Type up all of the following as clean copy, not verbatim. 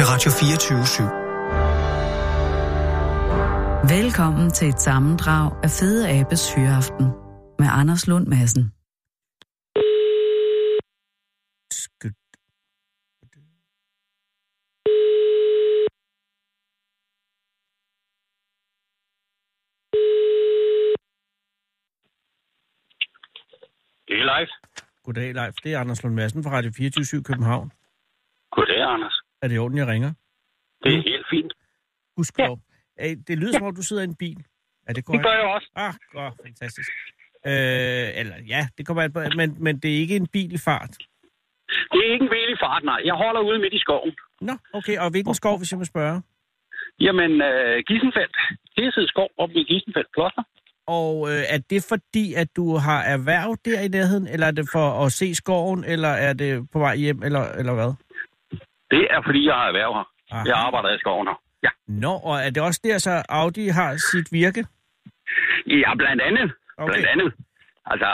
Radio 24/7. Velkommen til et sammendrag af Fede Abes Hyreaften med Anders Lund Madsen. Det er Leif. Goddag, Leif. Det er Anders Lund Madsen fra Radio 24/7 København. Goddag, Anders. Er det i orden, jeg ringer? Det er helt fint. Husk lov. Det lyder som om, du sidder i en bil. Er det korrekt? Det gør jeg også. Fantastisk. Det kommer an på, men det er ikke en bil i fart? Det er ikke en bil i fart, nej. Jeg holder ude midt i skoven. Nå, okay. Og hvilken skov, hvis jeg må spørge? Jamen, Gissenfeldt. Hesed skov oppe i Gissenfeldt Kloster. Og er det fordi, at du har erhverv der i nærheden, eller er det for at se skoven, eller er det på vej hjem, eller hvad? Det er fordi, jeg har erhverv her. Aha. Jeg arbejder i skoven her. Ja. Nå, og er det også der, så Audi har sit virke? Ja, blandt andet. Okay. Blandt andet. Altså,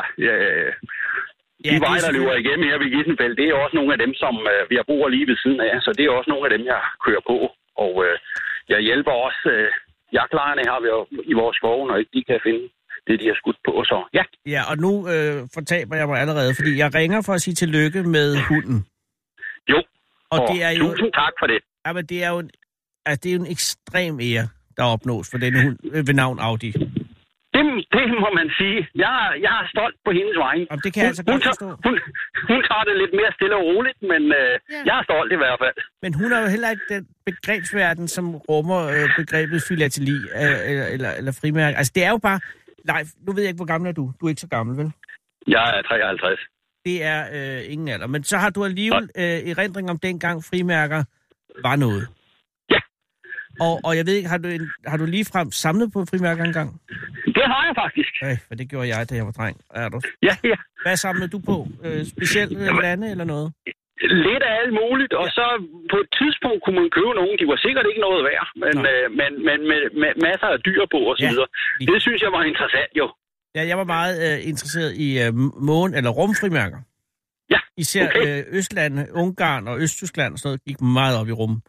de veje, der løber igennem her ved Gissenfeldt, det er også nogle af dem, som vi har brug lige ved siden af. Så det er også nogle af dem, jeg kører på. Og jeg hjælper også jagtlejerne her i vores skove, når ikke de kan finde det, de har skudt på. Så ja. Ja, og nu fortaber jeg mig allerede, fordi jeg ringer for at sige tillykke med hunden. Jo, og det er jo, tusind tak for det. Ja, men det er jo en ekstrem ære, der opnås for denne hund ved navn Audi. Det må man sige. Jeg er stolt på hendes vegne. Og det kan jeg altså godt forstå. Hun tager det lidt mere stille og roligt, men jeg er stolt i hvert fald. Men hun er jo heller ikke den begrebsverden, som rummer begrebet filateli eller frimærke. Altså det er jo bare... Nej, nu ved jeg ikke, hvor gammel er du. Du er ikke så gammel, vel? Jeg er 53. Det er ingen alder. Men så har du alligevel erindring om dengang frimærker var noget. Ja. Og jeg ved ikke, har du ligefrem samlet på frimærker engang? Det har jeg faktisk. For det gjorde jeg, da jeg var dreng. Er du? Ja. Hvad samlede du på? Specielt lande eller noget? Lidt af alt muligt, og så på et tidspunkt kunne man købe nogen. De var sikkert ikke noget værd, men med masser af dyr på og så videre. Det synes jeg var interessant, jo. Ja, jeg var meget interesseret i eller rumfrimærker. Ja, især Østlande, Ungarn og Østtyskland og sådan noget gik meget op i rum.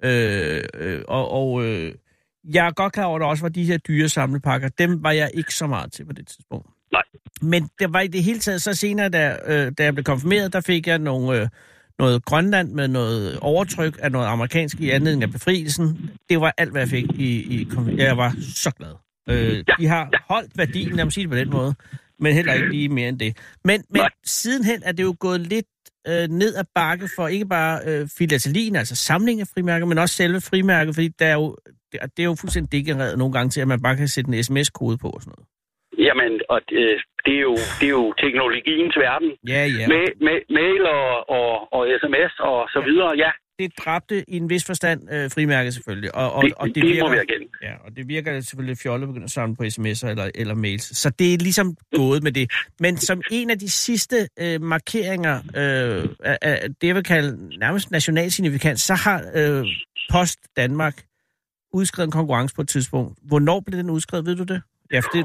Jeg er godt klar over, at der også var de her dyre samlepakker. Dem var jeg ikke så meget til på det tidspunkt. Nej. Men det var i det hele taget så senere, da jeg blev konfirmeret, der fik jeg noget Grønland med noget overtryk af noget amerikansk i anledning af befrielsen. Det var alt, hvad jeg fik jeg var så glad. De har holdt værdien, lad mig sige det på den måde, men heller ikke lige mere end det. Men sidenhen er det jo gået lidt ned ad bakke for ikke bare filatelien, altså samling af frimærker, men også selve frimærket, fordi det er jo fuldstændig degenereret nogle gange til, at man bare kan sætte en sms-kode på og sådan noget. Jamen, og det er jo teknologiens verden. Ja. Med mail og sms og så videre, ja. Det dræbte i en vis forstand frimærket selvfølgelig. Og det virker, må vi erkende. Ja, og det virker selvfølgelig fjollet at begynde at samle på sms'er eller mails. Så det er ligesom gået med det. Men som en af de sidste markeringer af det, jeg vil kalde nærmest national signifikans, så har Post Danmark udskrevet en konkurrence på et tidspunkt. Hvornår blev den udskrevet, ved du det? Ja, for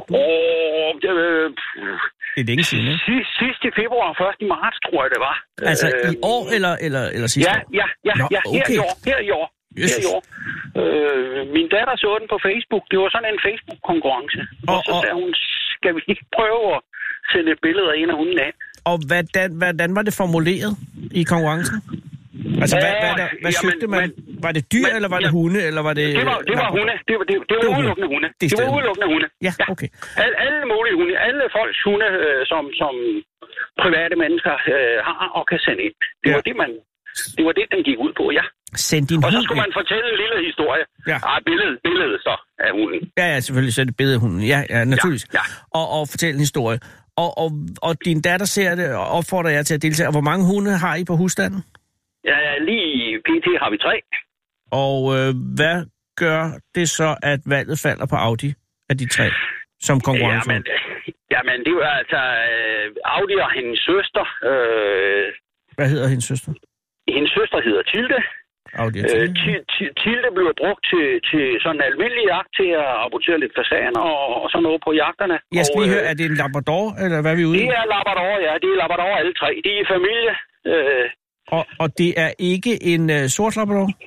det er længe siden, ikke? Sidste februar, 1. marts, tror jeg, det var. Altså i år eller sidste år? Ja. Nå, okay. Her i år. Min datter så den på Facebook. Det var sådan en Facebook-konkurrence. Og så sagde hun, skal vi ikke prøve at sende et billede af en af hunden af? Og hvordan var det formuleret i konkurrencen? Altså, hvad søgte man? Var det dyr, eller var det hunde, eller var det... Det var hunde. Det var udelukkende hunde. Det var udelukkende hunde. Ja, okay. Alle mulige hunde. Alle folks hunde, som private mennesker har og kan sende ind. Det var det, den gik ud på, ja. Send din hund. Og så skulle man fortælle en lille historie. Ja. Billedet så af hunden. Ja, selvfølgelig sætte et billede af hunden. Ja, naturligvis. Ja. Og fortælle en historie. Og din datter ser det og opfordrer jer til at deltage. Og hvor mange hunde har I på husstanden? Ja, lige pt. har vi 3. Og hvad gør det så, at valget falder på Audi af de 3 som konkurrence? Jamen, det var altså Audi og hendes søster. Hvad hedder hendes søster? Hendes søster hedder Tilde. Tilde bliver brugt til sådan en almindelig jagt til at rapportere lidt fasaner og sådan noget på jagterne. Jeg skal lige høre, er det en Labrador, eller hvad er vi ude i? Det er Labrador, ja. Det er Labrador alle 3. De er i familie. Og det er ikke en sort Labrador?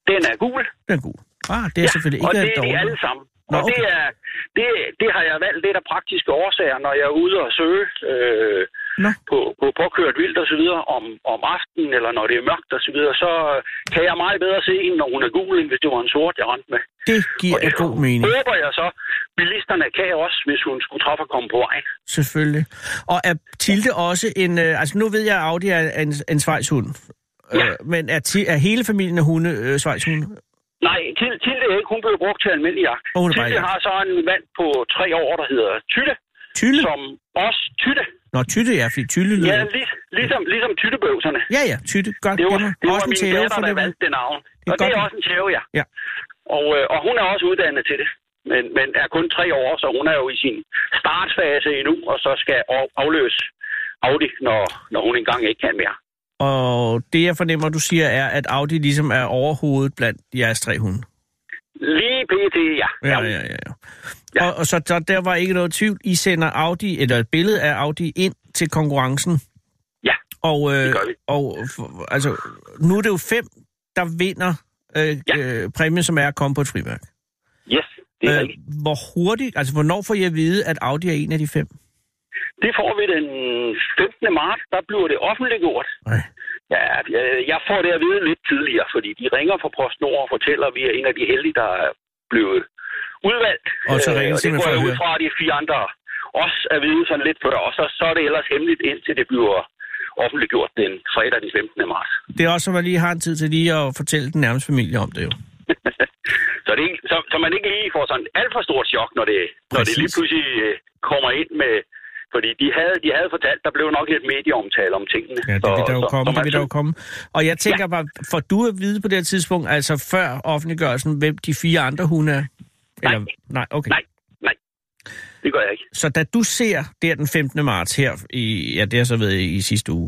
Den er gul. Den er gul. Det er selvfølgelig ikke og det er de alle sammen. Nå, og okay. det har jeg valgt lidt af praktiske årsager, når jeg er ude og søge på påkørt vildt og så videre om aftenen, eller når det er mørkt og så videre, så kan jeg meget bedre se hende, når hun er gul, end hvis det var en sort, jeg rendte med. Det giver en god mening. Håber jeg så, bilisterne kan også, hvis hun skulle træffe at komme på vejen. Selvfølgelig. Og er Tilde også en... altså nu ved jeg, at Audi er en schweizhund. Ja. Men er hele familien af hunde schweizhunde? Nej, Tilde ikke. Hun blev brugt til almindelig jagt. Tilde har så en vand på 3 år, der hedder Tytte. Tylle? Som også Tytte. Nå, Tytte, ja, fordi Tylle lyder... Ja, ligesom Tyttebøvserne. Ja, Tytte. Godt. Det var også min datter, der valgte det navn. Og det er også en tæve, ja. Og hun er også uddannet til det. Men er kun 3 år, så hun er jo i sin startfase endnu, og så skal afløse Audi, når hun engang ikke kan mere. Og det, jeg fornemmer, du siger, er, at Audi ligesom er overhovedet blandt jeres 3 hunde. Lige pt, ja. Ja. Og så der var ikke noget tvivl. I sender Audi, eller et billede af Audi ind til konkurrencen. Ja, det gør vi. Og altså, nu er det jo 5, der vinder præmien, som er at komme på et frimærke. Yes, det er rigtigt. Hvor hurtigt, altså hvornår får jeg at vide, at Audi er en af de 5? Det får vi den 15. marts, der bliver det offentliggjort. Nej. Ja, jeg får det at vide lidt tidligere, fordi de ringer fra PostNord og fortæller, at vi er en af de heldige, der er blevet udvalgt. Og så ringer det går jeg ud fra, at de 4 andre også er vide sådan lidt før, og så er det ellers hemmeligt, indtil det bliver offentliggjort den fredag den 15. marts. Det er også, at man lige har en tid til lige at fortælle den nærmeste familie om det jo. så man ikke lige får sådan alt for stort chok, når det lige pludselig kommer ind med... Fordi de havde fortalt, der blev nok et medieomtale om tingene. Ja, det vil der jo komme. Og jeg tænker bare, får du at vide på det her tidspunkt, altså før offentliggørelsen, hvem de 4 andre hunde er? Eller, nej, okay. Nej, det gør jeg ikke. Så da du ser der den 15. marts her, det har så været i sidste uge,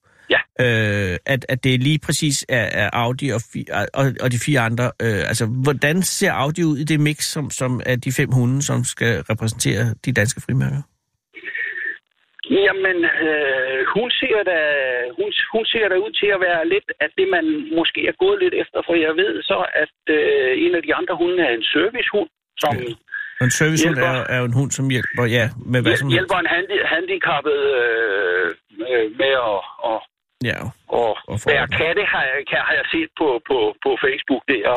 at det lige præcis er Audi og de 4 andre, altså hvordan ser Audi ud i det mix, som er de 5 hunde, som skal repræsentere de danske frimærker? Jamen, hun ser da ud til at være lidt af det, man måske er gået lidt efter, for jeg ved så, at en af de andre hunde er en servicehund, som... Ja. En servicehund er jo en hund, som hjælper, med hvad som helst. Hjælper en handicappet med at bære katte, har jeg set på Facebook der.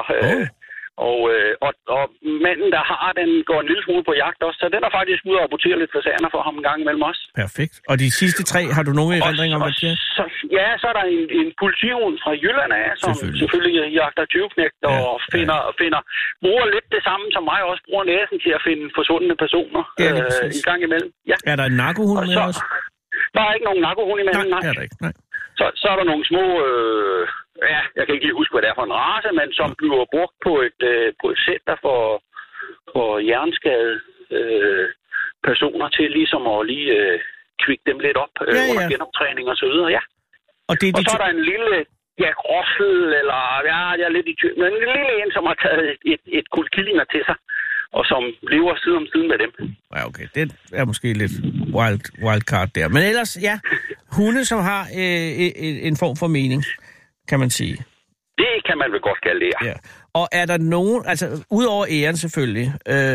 Og manden, der har den, går en lille smule på jagt også, så den er faktisk ude og rapportere lidt fasaner for ham en gang imellem os. Perfekt. Og de sidste 3, har du nogen erindringer om, hvad det er? Så er der en politihund fra Jylland af, som selvfølgelig jagter tyveknægt og bruger lidt det samme som mig, også bruger næsen til at finde forsvundne personer en gang imellem. Ja. Er der en narkohund med også? Der er ikke nogen narkohund imellem, nej. Er der ikke, nej. Så er der nogle små... jeg kan ikke lige huske, hvad det er for en race, men som bliver brugt på et center for hjerneskadede personer til ligesom at lige kvikke dem lidt op under genoptræning og så videre, ja. Og så er der en lille rossel, eller jeg er lidt i tvivl, men en lille en, som har taget et kulkillinger til sig, og som lever side om side med dem. Ja, okay. Det er måske lidt wildcard der. Men ellers, hunde, som har en form for mening, kan man sige. Det kan man vel godt kalde det, ja. Og er der nogen, altså udover æren selvfølgelig,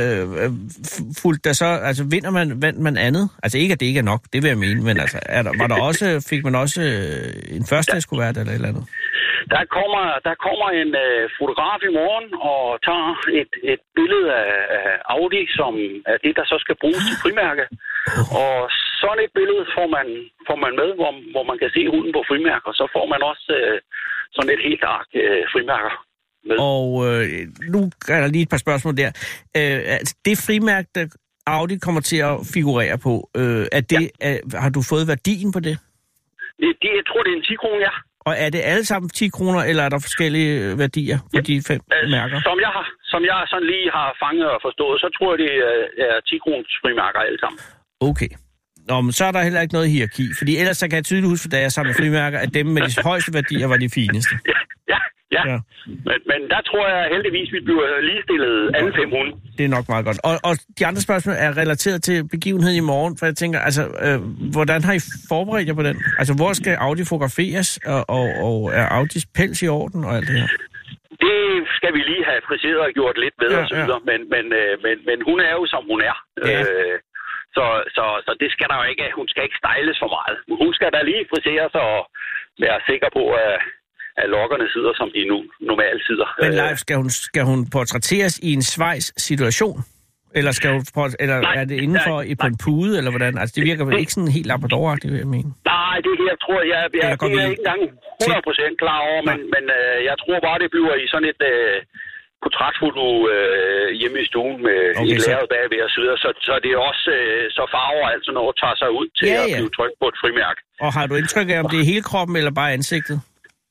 fuldt der så, altså vandt man andet? Altså ikke, at det ikke er nok, det vil jeg mene, men altså, fik man også en førstedagskuvert eller et eller andet? Der kommer en fotograf i morgen og tager et billede af Audi, som er det, der så skal bruges til frimærke. Og sådan et billede får man med, hvor man kan se hunden på frimærker. Så får man også sådan et helt ark frimærker med. Og nu er der lige et par spørgsmål der. Det frimærke, der Audi kommer til at figurere på, har du fået værdien på det? Jeg tror, det er en 10 kroner, ja. Og er det alle sammen 10 kroner, eller er der forskellige værdier på de 5 mærker? Som jeg sådan lige har fanget og forstået, så tror jeg, det er 10 kroners frimærker alle sammen. Okay. Nå, men så er der heller ikke noget hierarki, fordi ellers så kan jeg tydeligt huske, da jeg samler frimærker, at dem med de højeste værdier var de fineste. Ja. Men der tror jeg heldigvis, vi bliver ligestillet alle 5 hunde. Det er nok meget godt. Og de andre spørgsmål er relateret til begivenheden i morgen, for jeg tænker, altså, hvordan har I forberedt jer på den? Altså, hvor skal Audi fotograferes, og er Audis pels i orden og alt det her? skal vi lige have friseret og gjort lidt bedre og så videre. Men hun er jo, som hun er. Ja. Så det skal der jo ikke. Hun skal ikke stejles for meget. Hun skal da lige friseres og være sikker på, at lokkerne sidder, som de nu normalt sidder. Men Leif, skal hun portrætteres i en Schweiz-situation? Eller er det indenfor på en pude, eller hvordan? Altså, det virker vel ikke sådan helt labradoragtigt, vil jeg mene. Nej, det her tror jeg det er jeg ikke engang 100% klar over, men jeg tror bare, det bliver i sådan et portrætfoto hjemme i stuen med et lærred bagved og så videre. Så det er også så farver og alt sådan noget tager sig ud til at blive trykt på et frimærke. Og har du indtryk af, om det er hele kroppen eller bare ansigtet?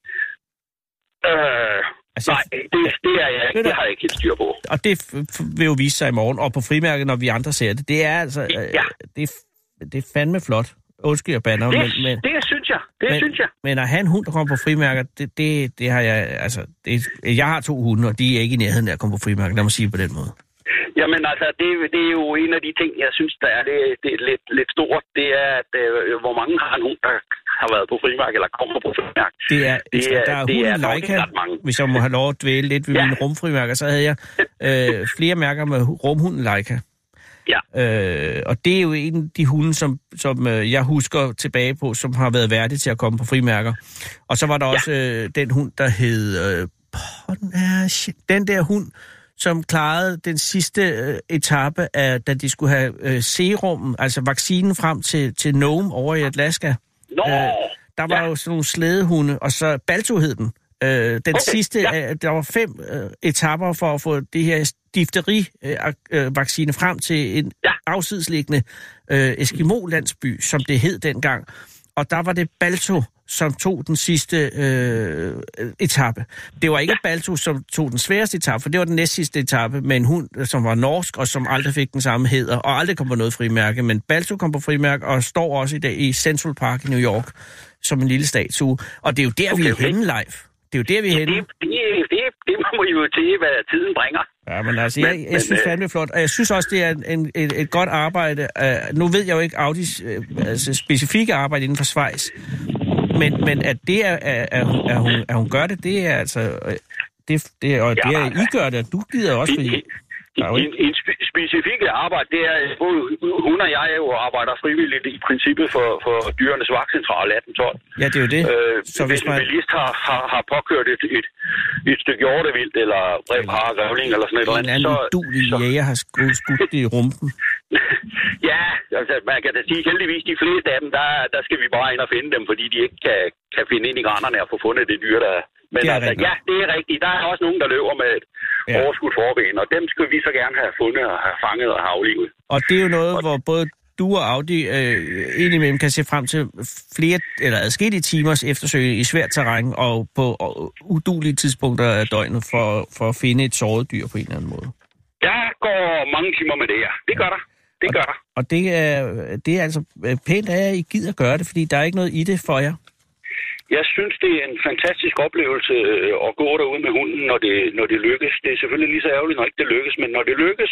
Nej, det er jeg ikke. Det har jeg ikke helt styr på. Og det vil jo vise sig i morgen, og på frimærket, når vi andre ser det. Det er altså... det er fandme flot. Undskyld, jeg bander. Det synes jeg. Synes jeg. Men at have en hund, der kommer på frimærker, det har jeg... Altså, jeg har 2 hunde, og de er ikke i nærheden af at komme på frimærker. Lad mig sige på den måde. Jamen altså, det er jo en af de ting, jeg synes, der er det er lidt stort. Det er, at hvor mange har en hund, der har været på frimærke, eller kommer på frimærke. Der er hunden Leica. Hvis jeg må have lov at dvæle lidt ved mine rumfrimærker, så havde jeg flere mærker med rumhunden Leica. Ja. Og det er jo en af de hunde, som jeg husker tilbage på, som har været værdig til at komme på frimærker. Og så var der også den hund, der hed... den der hund, som klarede den sidste etape af, da de skulle have serummen, altså vaccinen frem til Nome over i Alaska. Der var jo sådan nogle slædehunde, og så Balto hed den. Sidste, der var 5 etapper for at få det her difteri-vaccine frem til en afsidesliggende Eskimo-landsby, som det hed dengang. Og der var det Balto, som tog den sidste etape. Det var ikke Balto, som tog den sværeste etape, for det var den næstsidste etape med en hund, som var norsk, og som aldrig fik den samme heder, og aldrig kom på noget frimærke. Men Balto kom på frimærke, og står også i dag i Central Park i New York, som en lille statue. Og det er jo der, vi er henne, Leif. Det er jo der, vi er henne. Det må jo til, hvad tiden bringer. Ja, men altså, jeg synes det er flot. Og jeg synes også, det er et godt arbejde. Nu ved jeg jo ikke Audis specifikke arbejde inden for Schweiz. Men at det at hun gør det, det er altså... I gør det, og du gider også, fordi... En specifik arbejde, det er, både hun og jeg jo arbejder frivilligt i princippet for dyrenes vagtcentral 1812. Ja, det er jo det. Så hvis en bilist har påkørt et stykke hjortevildt, eller revhar, grævling, eller sådan noget. En anden udulig jæger har skudt det i rumpen. Ja, altså man kan da sige, heldigvis de fleste af dem, der skal vi bare ind og finde dem, fordi de ikke kan finde ind i granerne og få fundet det dyr, der... Men det altså, det er rigtigt. Der er også nogen, der løber med et overskudt forben, og dem skal vi så gerne have fundet og have fanget og have aflivet. Og det er jo noget, hvor både du og Audi indimellem kan se frem til flere eller adskillige timers eftersøg i svært terræn og på udulige tidspunkter af døgnet for at finde et såret dyr på en eller anden måde. Der går mange timer med det, ja. Det gør der. Det gør der. Og det er altså pænt af, at I gider gøre det, fordi der er ikke noget i det for jer. Jeg synes, det er en fantastisk oplevelse at gå derude med hunden, når det lykkes. Det er selvfølgelig lige så ærgerligt, når ikke det lykkes, men når det lykkes,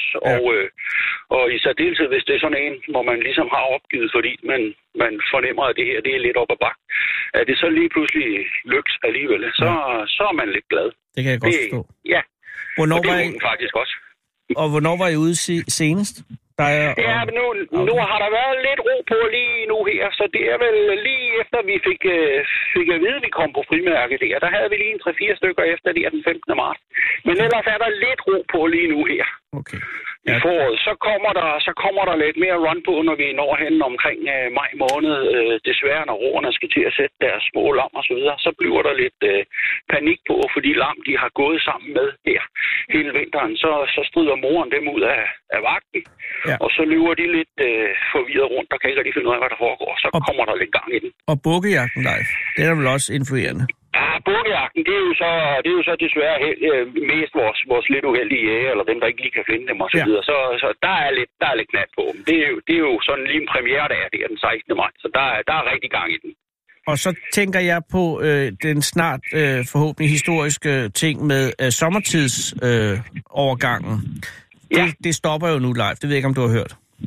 og i særdeleshed, hvis det er sådan en, hvor man ligesom har opgivet, fordi man fornemmer, at det her det er lidt op ad bak, at det så lige pludselig lykkes alligevel, så er man lidt glad. Det kan jeg godt forstå. Ja, hvornår og det er hunden faktisk også. Og hvornår var I ude senest? Ja, men nu har der været lidt ro på lige nu her, så det er vel lige efter vi fik at vide, at vi kom på frimærket der. Der havde vi lige 3-4 stykker efter det den 15. marts. Men ellers er der lidt ro på lige nu her. Okay. I foråret. Så kommer der lidt mere run på, når vi når hen omkring maj måned. Desværre, når roerne skal til at sætte deres små lam og så videre, så bliver der lidt panik på, fordi lam, de har gået sammen med her hele vinteren. Så strider moren dem ud af vagten, og så løber de lidt forvirret rundt og kan ikke rigtig finde ud af, hvad der foregår. Så kommer der lidt gang i den. Og bukkejagten, Leif, det er vel også influerende? Ja, bukkejagten, det er jo så desværre mest vores lidt uheldige jæger, eller dem, der ikke lige kan finde dem og så videre. Så der er lidt knald på dem. Det er jo sådan lige en premiere, der er det den 16. maj, så der er rigtig gang i den. Og så tænker jeg på den snart forhåbentlig historiske ting med sommertidsovergangen. Det stopper jo nu, Leif. Det ved jeg ikke, om du har hørt.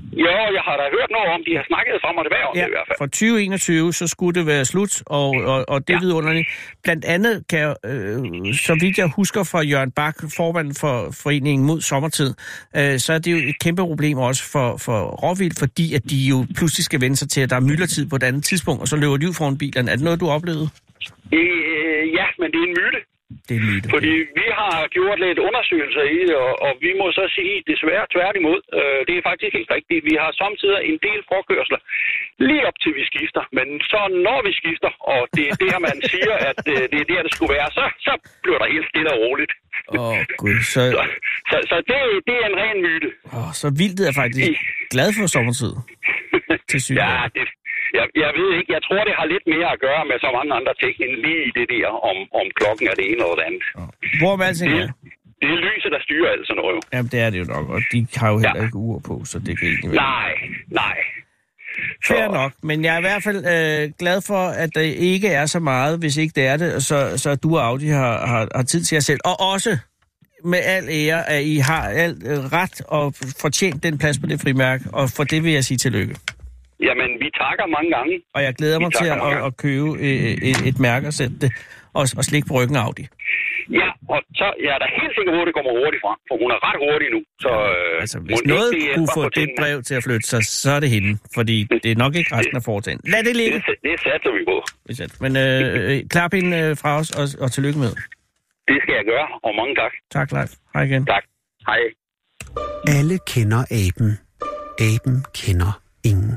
Jo, jeg har da hørt noget om, de har snakket frem og tilbage om det i hvert fald. Fra 2021, så skulle det være slut, og det er vidunderligt. Blandt andet kan jeg, så vidt jeg husker fra Jørgen Bak, formand for Foreningen mod Sommertid, så er det jo et kæmpe problem også for råvildt, fordi at de jo pludselig skal vende sig til, at der er myldretid på et andet tidspunkt, og så løber de ud foran bilerne. Er det noget, du oplevede? Ja, men det er en myte. Det er en myte. Fordi vi har gjort lidt undersøgelser i det, og vi må så sige desværre tværtimod. Det er faktisk helt rigtigt. Vi har samtidig en del frokørsler lige op til vi skifter. Men så når vi skifter, og det er der, man siger, at det er der, det skulle være, så bliver der helt stille og roligt. Gud, så det er en ren myte. Så Vildt er faktisk glad for sommertid. Ja, jeg ved ikke. Jeg tror, det har lidt mere at gøre med så mange andre ting, end lige det der, om klokken er det ene eller det andet. Hvor er alting er? Det er lyset, der styrer alt sådan noget. Jamen, det er det jo nok, og de har jo heller ikke ure på, så det kan egentlig være. Nej. Fair nok, men jeg er i hvert fald glad for, at der ikke er så meget, hvis ikke det er det, så du og Audi har tid til jer selv. Og også med al ære, at I har alt ret og fortjent den plads på det frimærke, og for det vil jeg sige tillykke. Jamen, vi takker mange gange. Og jeg glæder mig til at købe et mærke og sætte det, og slikke på ryggen af Audi. Ja, og så jeg er da helt sikker på, at det kommer hurtigt frem, for hun er ret hurtig nu. Så, hvis noget kunne få det brev til at flytte sig, så er det hende, fordi det er nok ikke resten af foretagen. Lad det ligge. Det satser vi på. Men klap hende fra os, og tillykke med. Det skal jeg gøre, og mange tak. Tak, Leif. Hej igen. Tak. Hej. Alle kender aben. Aben kender ingen.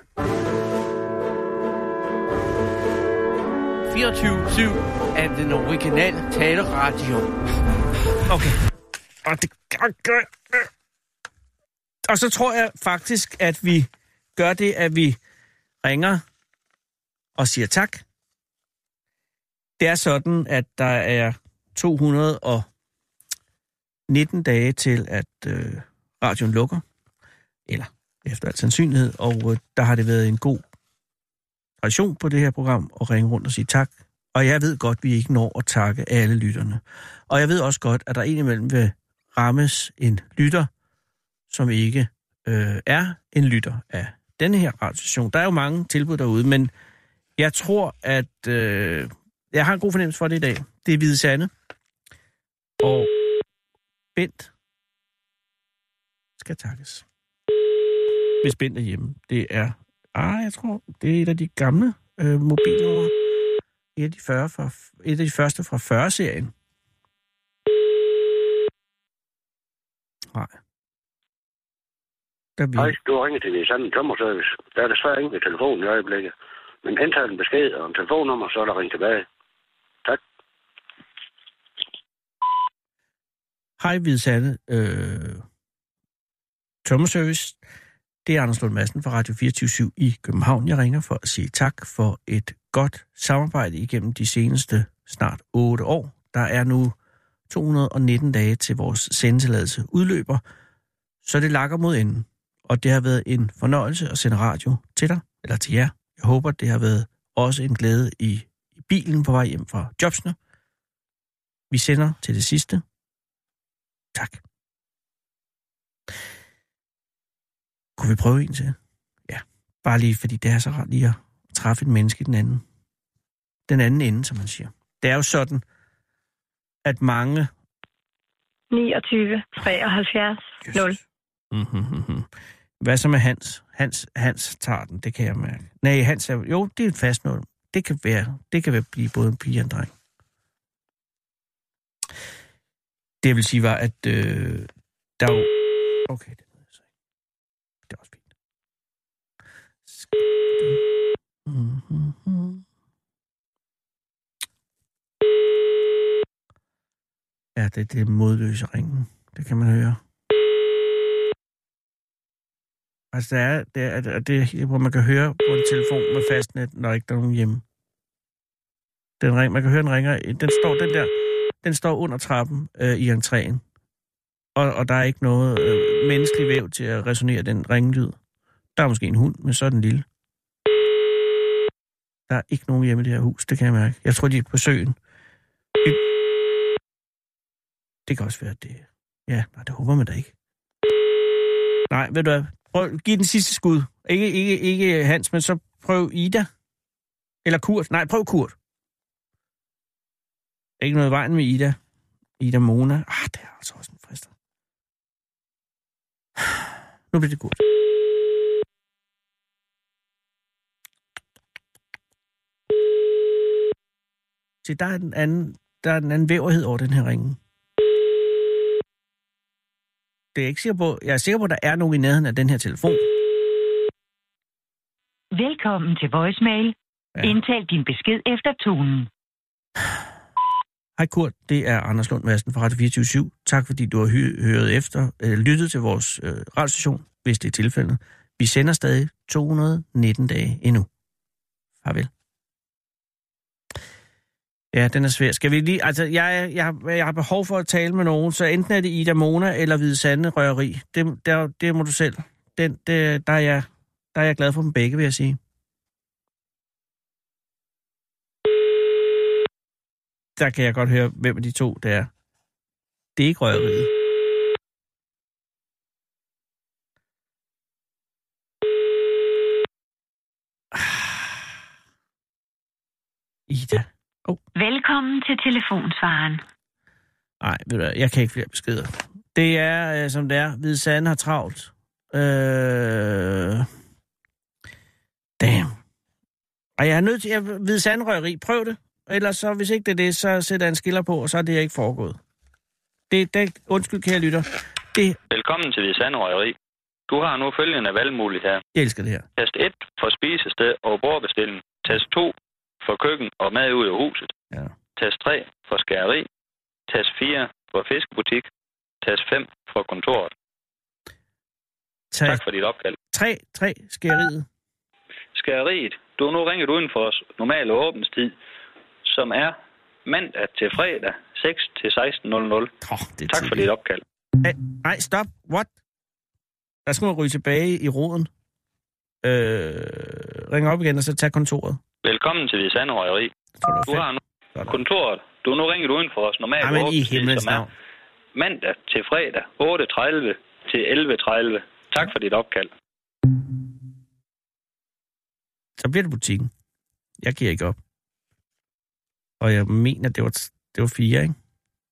24/7 er den originale taleradio. Okay. Og så tror jeg faktisk, at vi gør det, at vi ringer og siger tak. Det er sådan, at der er 219 dage til, at radioen lukker. Eller efter al sandsynlighed. Og der har det været en god tradition på det her program at ringe rundt og sige tak. Og jeg ved godt, at vi ikke når at takke alle lytterne. Og jeg ved også godt, at der indimellem vil rammes en lytter, som ikke er en lytter af denne her radiostation. Der er jo mange tilbud derude, men jeg tror, at jeg har en god fornemmelse for det i dag. Det er Hvide Sande. Og Bent skal takkes. Hvis Bent er hjemme. Det er, jeg tror, det er et af de gamle mobilnumre. Et af de første fra 40-serien. Nej. Hej, du har ringet til Hvide Sande tømmerservice. Der er desværre ingen ved telefonen i øjeblikket. Men indtal en besked og en telefonnummer, så er der ring tilbage. Tak. Hej, Hvide Sande. Tømmerservice. Det er Anders Lund Madsen fra Radio 24/7 i København. Jeg ringer for at sige tak for et godt samarbejde igennem de seneste snart 8 år. Der er nu 219 dage til vores sendetilladelse udløber, så det lakker mod enden. Og det har været en fornøjelse at sende radio til dig, eller til jer. Jeg håber, det har været også en glæde i bilen på vej hjem fra jobsene. Vi sender til det sidste. Tak. Kunne vi prøve en til? Ja, bare lige, fordi det er så rart lige at træffe et menneske i den anden ende, som man siger. Det er jo sådan, at mange... 29, 73, 0. Hvad så med Hans? Hans tager den, det kan jeg mærke. Nej, Hans er... Jo, det er et fast noget. Det kan blive både en pige og en dreng. Det vil sige var, at der er jo... Okay, det er så ikke. Det er også fint. Ja, det er modløse ringen. Det kan man høre. Altså, det hvor man kan høre på en telefon med fastnet, når ikke der er nogen hjemme. Man kan høre, den ringer. Den står under trappen i entréen. Og der er ikke noget menneskelig væv til at resonere den ringelyd. Der er måske en hund, men så er den lille. Der er ikke nogen hjemme i det her hus, det kan jeg mærke. Jeg tror, de er på søen. Det kan også være, at det... Ja, nej, det håber man da ikke. Nej, ved du hvad? Giv den sidste skud. Ikke Hans, men så prøv Ida. Eller Kurt. Nej, prøv Kurt. Ikke noget i vejen med Ida. Ida Mona. Det er altså også en frister. Nu bliver det Kurt. Se, der er den anden væverhed over den her ringe. Det er jeg ikke sikker på. Jeg er sikker på, at der er nogen i nærheden af den her telefon. Velkommen til voicemail. Ja. Indtal din besked efter tonen. Hej Kurt, det er Anders Lund Madsen fra Radio 24/7. Tak fordi du har lyttet til vores radiostation, hvis det er tilfældet. Vi sender stadig 219 dage endnu. Farvel. Ja, den er svær. Skal vi lige... Altså, jeg har behov for at tale med nogen, så enten er det Ida Mona eller Hvide Sande Røgeri. Det må du selv. Der er jeg glad for dem begge, vil jeg sige. Der kan jeg godt høre, hvem af de to det er. Det er ikke Røgeriet. Ida. Velkommen til telefonsvaren. Nej, ved du hvad, jeg kan ikke flere beskeder. Det er, som det er. Hvide Sande har travlt. Damn. Og jeg er nødt til... Hvide Sande Røgeri, prøv det. Ellers så, hvis ikke det er det, så sætter jeg en skiller på, og så er det ikke foregået. Undskyld, kære lytter. Velkommen til Hvide Sande Røgeri. Du har nu følgende valgmuligheder. Jeg elsker det her. Tast 1 for spisested og bordbestilling. Tast 2 for køkken og mad ud af huset. Ja. Tast 3 for skæreri. Tast 4 for fiskebutik. Tast 5 for kontoret. Tak for dit opkald. 3 skæreriet. Skæreriet. Du er nu ringet uden for os normale åbningstid, som er mandag til fredag 6 til 16:00. Tak for dit opkald. Nej, stop. What? Der skal man ryge tilbage i roden. Ring op igen og så tag kontoret. Velkommen til Hvide Sande Røgeri. Du har nu kontoret. Du er nu ringet uden for os normalt åbningstid, som er mandag til fredag 8:30 til 11:30. Tak for dit opkald. Så bliver det butikken. Jeg giver ikke op. Og jeg mener, det var 4, ikke?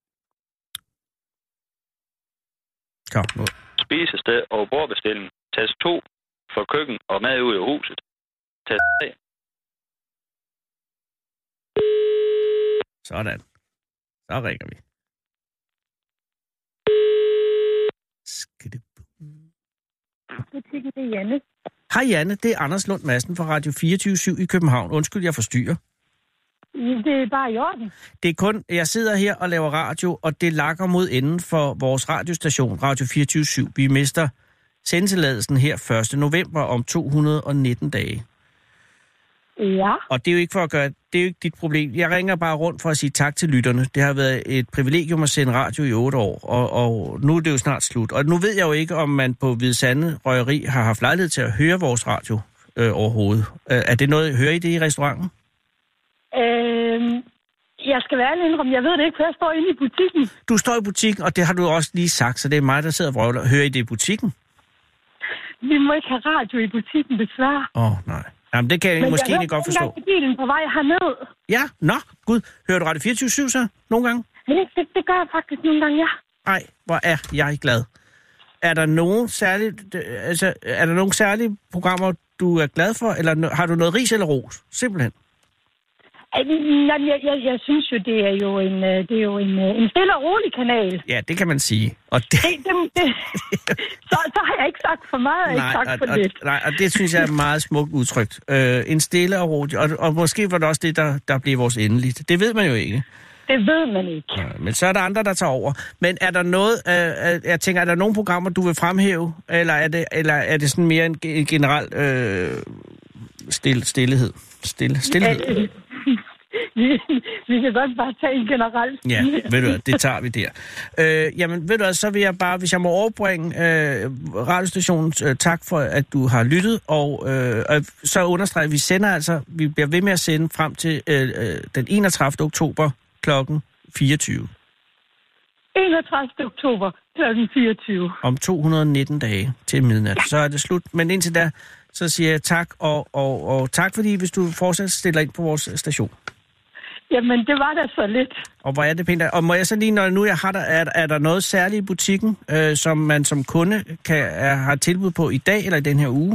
Kom nu. Spisested og bordbestilling. Tast 2 for køkken og mad ud af huset. Tast 3. Sådan. Så ringer vi. Butikken, det er Janne. Hej Janne, det er Anders Lund Madsen fra Radio 24/7 i København. Undskyld, jeg forstyrrer. Det er bare i orden. Det er kun, jeg sidder her og laver radio, og det lakker mod enden for vores radiostation, Radio 24/7. Vi mister sendetilladelsen her 1. november om 219 dage. Ja. Og det er jo ikke for at gøre, det er jo ikke dit problem. Jeg ringer bare rundt for at sige tak til lytterne. Det har været et privilegium at sende radio i 8 år, og nu er det jo snart slut. Og nu ved jeg jo ikke, om man på Hvide Sande Røgeri har haft lejlighed til at høre vores radio overhovedet. Er det noget, hører I det i restauranten? Jeg skal være ærlig indrømme, jeg ved det ikke, for jeg står inde i butikken. Du står i butikken, og det har du også lige sagt, så det er mig, der sidder og vrøvler. Hører I det i butikken? Vi må ikke have radio i butikken, desværre. Nej. Jamen, det kan jeg måske ikke godt forstå. Men jeg bilen på vej herned. Ja, gud. Hører du Radio 24/7 så nogle gange? Det gør jeg faktisk nogle gange, ja. Nej, hvor er jeg glad. Er der nogle særlige programmer, du er glad for, eller har du noget ris eller ros? Simpelthen. Jeg synes jo, det er jo en stille og rolig kanal. Ja, det kan man sige. Og så har jeg ikke sagt for meget, ikke sagt for lidt. Nej, og det synes jeg er meget smukt udtrykt. En stille og rolig, og måske var det også det, der blev vores endeligt. Det ved man jo ikke. Det ved man ikke. Ja, men så er der andre, der tager over. Men er der noget, jeg tænker, er der nogle programmer, du vil fremhæve, eller er det sådan mere en generel stillhed? Stillhed? Vi kan godt bare tage en generel. Ja, ved du hvad, det tager vi der. Jamen, ved du hvad, så vil jeg bare, hvis jeg må overbringe radiostationens tak for, at du har lyttet, og så understreger vi bliver ved med at sende frem til den 31. oktober kl. 24. 31. oktober kl. 24. Om 219 dage til midnat. Så er det slut. Men indtil da, så siger jeg tak, og tak fordi, hvis du fortsat stiller ind på vores station. Jamen, det var da så lidt. Og hvor er det pænt. Og må jeg så lige, når nu jeg har der, er der noget særligt i butikken, som man som kunde har tilbud på i dag eller i den her uge?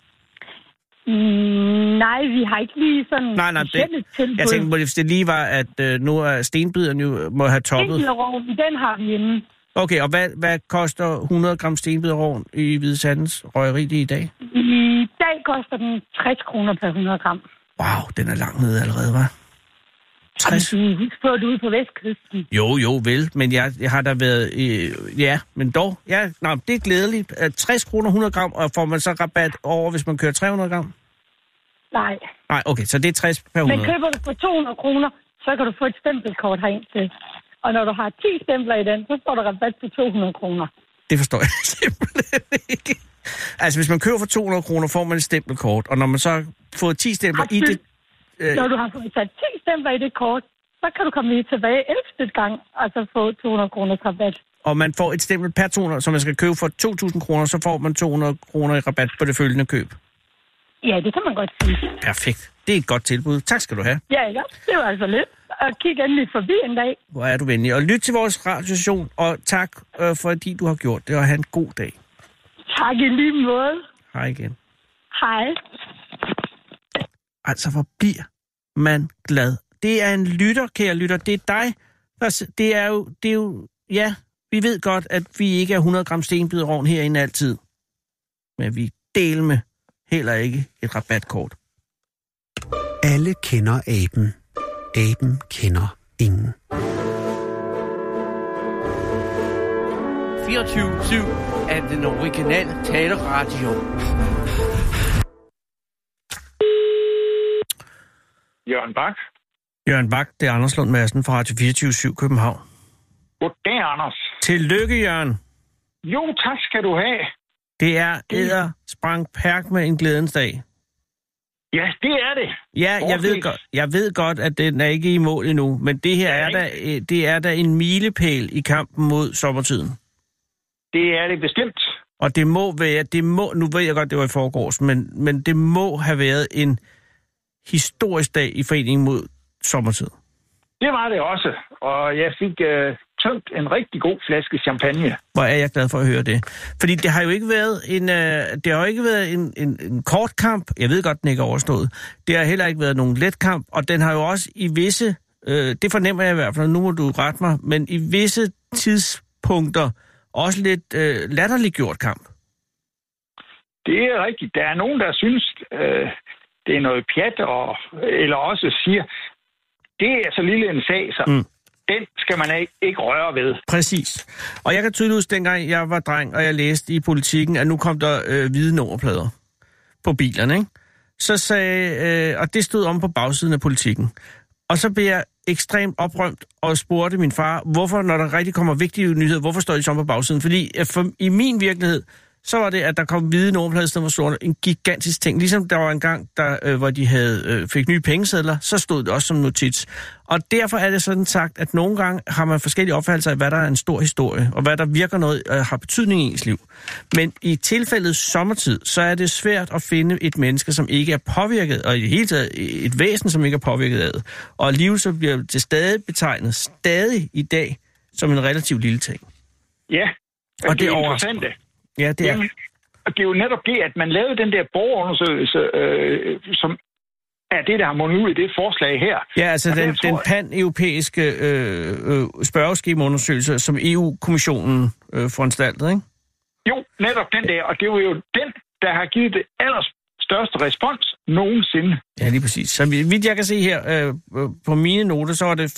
Nej, vi har ikke lige sådan tilbud. Jeg tænkte, hvis det lige var, at nu er stenbideren jo må have toppet. Stenbiderroven, den har vi inde. Okay, og hvad koster 100 gram stenbiderroven i Hvide Sandens røgeri i dag? I dag koster den 60 kroner per 100 gram. Wow, den er langt nede allerede, hva'? 60? Husk på, at du er ude på vestkysten. Jo, vel, men jeg har da været... ja, men dog. Ja, det er glædeligt. 60 kroner 100 gram, og får man så rabat over, hvis man kører 300 gram? Nej. Nej, okay, så det er 60 per 100. Men køber du for 200 kroner, så kan du få et stempelkort herind til. Og når du har 10 stempler i den, så får du rabat på 200 kroner. Det forstår jeg simpelthen ikke. Altså, hvis man køber for 200 kroner, får man et stempelkort, og når man så har fået 10 stempler i det... Når du har fået sat 10 stempler i det kort, så kan du komme lige tilbage 11. gang, og så få 200 kroner rabat. Og man får et stempel per 200, så man skal købe for 2.000 kroner, så får man 200 kroner i rabat på det følgende køb. Ja, det kan man godt sige. Perfekt. Det er et godt tilbud. Tak skal du have. Ja, det var altså lidt. Og kig endelig forbi en dag. Hvor er du venlig. Og lyt til vores radiostation, og tak fordi du har gjort det, og have en god dag. Tak i lige måde. Hej igen. Hej. Altså, hvor bliver man glad? Det er en lytter, kære lytter. Det er dig. Det er jo, ja, vi ved godt, at vi ikke er 100 gram stenbiderrovn herinde altid. Men vi deler med heller ikke et rabatkort. Alle kender aben. Aben kender ingen. 24/7 er den originale taleradio. Jørgen Bak. Jørgen Bak, det er Anders Lund Madsen fra Radio 24/7 København. Goddag, Anders. Tillykke, Jørgen. Jo, tak skal du have. Det er sprang perk med en glædens dag. Ja, det er det. Ja, jeg ved godt, at den er ikke i mål endnu, men det her er da en milepæl i kampen mod sommertiden. Det er det bestemt. Og det må være, nu ved jeg godt, det var i forgårs, men det må have været en historisk dag i Foreningen mod sommertid. Det var det også, og jeg fik tømt en rigtig god flaske champagne. Hvor er jeg glad for at høre det. Fordi det har jo ikke været en kort kamp. Jeg ved godt, den ikke er overstået. Det har heller ikke været nogen let kamp, og den har jo også i visse, det fornemmer jeg i hvert fald, nu må du rette mig, men i visse tidspunkter også lidt latterligt gjort kamp. Det er rigtigt. Der er nogen, der synes, det er noget pjat, eller også siger, det er så lille en sag, så den skal man ikke røre ved. Præcis. Og jeg kan tydeligt huske, dengang jeg var dreng, og jeg læste i Politikken, at nu kom der hvide nummerplader på bilerne, ikke? Så sagde, og det stod om på bagsiden af Politikken. Og så blev jeg ekstremt oprømt og spurgte min far, hvorfor, når der rigtig kommer vigtige nyheder, hvorfor står de så på bagsiden? Fordi i min virkelighed, så var det, at der kom hvide nummerplader, der var sorte, en gigantisk ting. Ligesom der var en gang, hvor de fik nye pengesedler, så stod det også som notits. Og derfor er det sådan sagt, at nogle gange har man forskellige opfattelser af, hvad der er en stor historie, og hvad der virker noget, har betydning i ens liv. Men i tilfældet sommertid, så er det svært at finde et menneske, som ikke er påvirket, og i det hele taget et væsen, som ikke er påvirket af det. Og alligevel så bliver det stadig i dag, som en relativt lille ting. Ja, og det er interessant. Ja, det er. Jamen, det er jo netop det, at man lavede den der borgerundersøgelse, som er det, der har mundet ud i det forslag her. Ja, altså den pan-europæiske spørgeskemaundersøgelse, som EU-kommissionen foranstaltede, ikke? Jo, netop den der, og det var jo den, der har givet det allerstørste respons nogensinde. Ja, lige præcis. Så vidt jeg kan se her på mine noter, så var det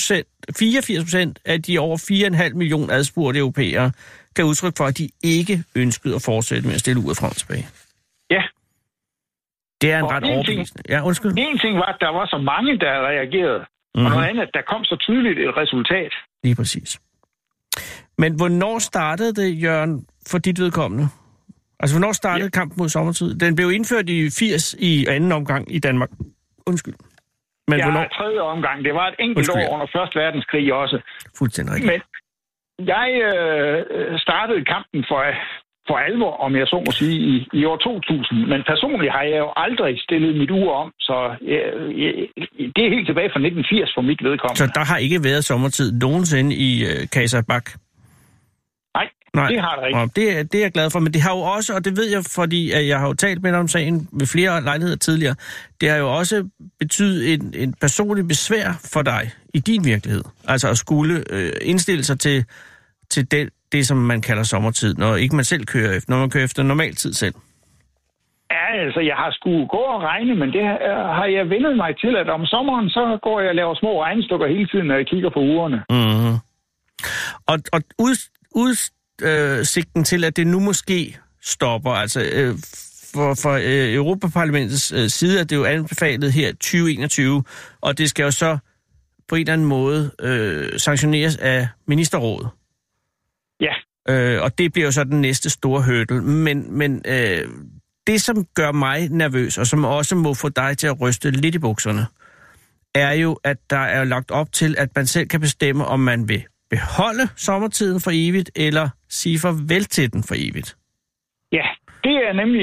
84% af de over 4,5 millioner adspurgte europæere, kan udtrykke for, at de ikke ønskede at fortsætte med at stille ud frem og tilbage. Ja. Det er en ret overbevisende. Ja, undskyld. En ting var, at der var så mange, der reagerede, og noget andet, at der kom så tydeligt et resultat. Lige præcis. Men hvornår startede det, Jørgen, for dit vedkommende? Altså, hvornår startede kampen mod sommertid? Den blev indført i 80 i anden omgang i Danmark. Undskyld. Men hvornår? Tredje omgang. Det var et enkelt år under 1. verdenskrig også. Fuldstændig rigtigt. Jeg startede kampen for alvor, om jeg så må sige, i år 2000. Men personligt har jeg jo aldrig stillet mit ur om, så det er helt tilbage fra 1980 for mit vedkommende. Så der har ikke været sommertid nogensinde i Kasabak? Nej, det har der ikke. Det er jeg glad for, men det har jo også, og det ved jeg, fordi jeg har jo talt med dig om sagen ved flere lejligheder tidligere, det har jo også betydet en personlig besvær for dig i din virkelighed. Altså at skulle indstille sig til det, som man kalder sommertid, når ikke man selv kører efter, når man kører efter normal tid selv. Ja, altså jeg har skulle gå og regne, men det har jeg vendet mig til, at om sommeren, så går jeg og laver små regnestykker hele tiden, når jeg kigger på ugerne. Mm-hmm. Og udsigten til, at det nu måske stopper, altså for Europaparlamentets side, at det jo anbefalet her 2021, og det skal jo så på en eller anden måde sanktioneres af ministerrådet. Ja. Og det bliver jo så den næste store hurdle. Men det, som gør mig nervøs, og som også må få dig til at ryste lidt i bukserne, er jo, at der er lagt op til, at man selv kan bestemme, om man vil beholde sommertiden for evigt, eller sige farvel til den for evigt. Ja, det er nemlig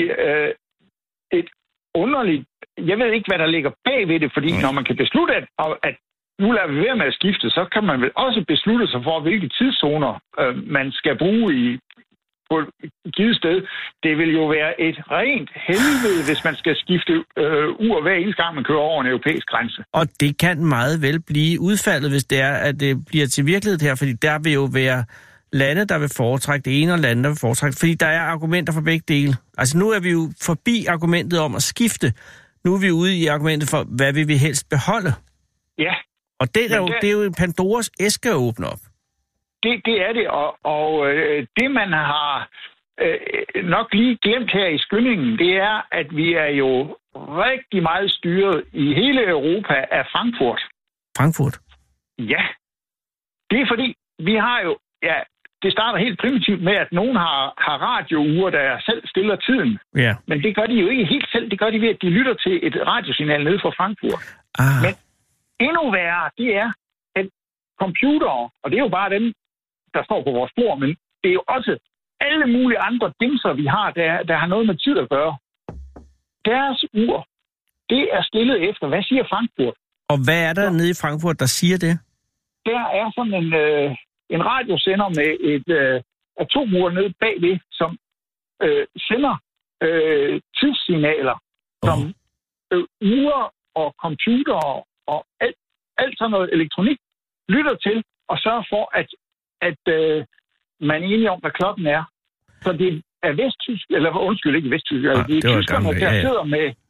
et underligt... Jeg ved ikke, hvad der ligger bag ved det, fordi når man kan beslutte, at nu lader vi være med at skifte, så kan man vel også beslutte sig for, hvilke tidszoner man skal bruge på et givet sted. Det vil jo være et rent helvede, hvis man skal skifte ur hver eneste gang, man kører over en europæisk grænse. Og det kan meget vel blive udfaldet, hvis det er, at det bliver til virkelighed her, fordi der vil jo være lande, der vil foretrække det ene, og lande, der vil foretrække, fordi der er argumenter for begge dele. Altså nu er vi jo forbi argumentet om at skifte. Nu er vi ude i argumentet for, hvad vi vil helst beholde. Ja. Og det er jo en Pandoras æske at åbne op. Det er det, og det man har nok lige glemt her i skyndingen, det er, at vi er jo rigtig meget styret i hele Europa af Frankfurt. Frankfurt? Ja. Det er fordi, vi har jo, det starter helt primitivt med, at nogen har radioure, der selv stiller tiden. Ja. Men det gør de jo ikke helt selv. Det gør de ved, at de lytter til et radiosignal nede fra Frankfurt. Men endnu værre, det er, at computere, og det er jo bare dem, der står på vores bord, men det er jo også alle mulige andre dimser, vi har, der har noget med tid at gøre. Deres ur, det er stillet efter, hvad siger Frankfurt? Og hvad er der nede i Frankfurt, der siger det? Der er sådan en radiosender med et atomur nede bagved, som sender tidssignaler, som ure og computere og alt sådan noget elektronik lytter til og sørger for, at man er enige om, hvad klokken er. Så det er vesttysk, eller undskyld, ikke vesttysk, det er tyskerne, der sidder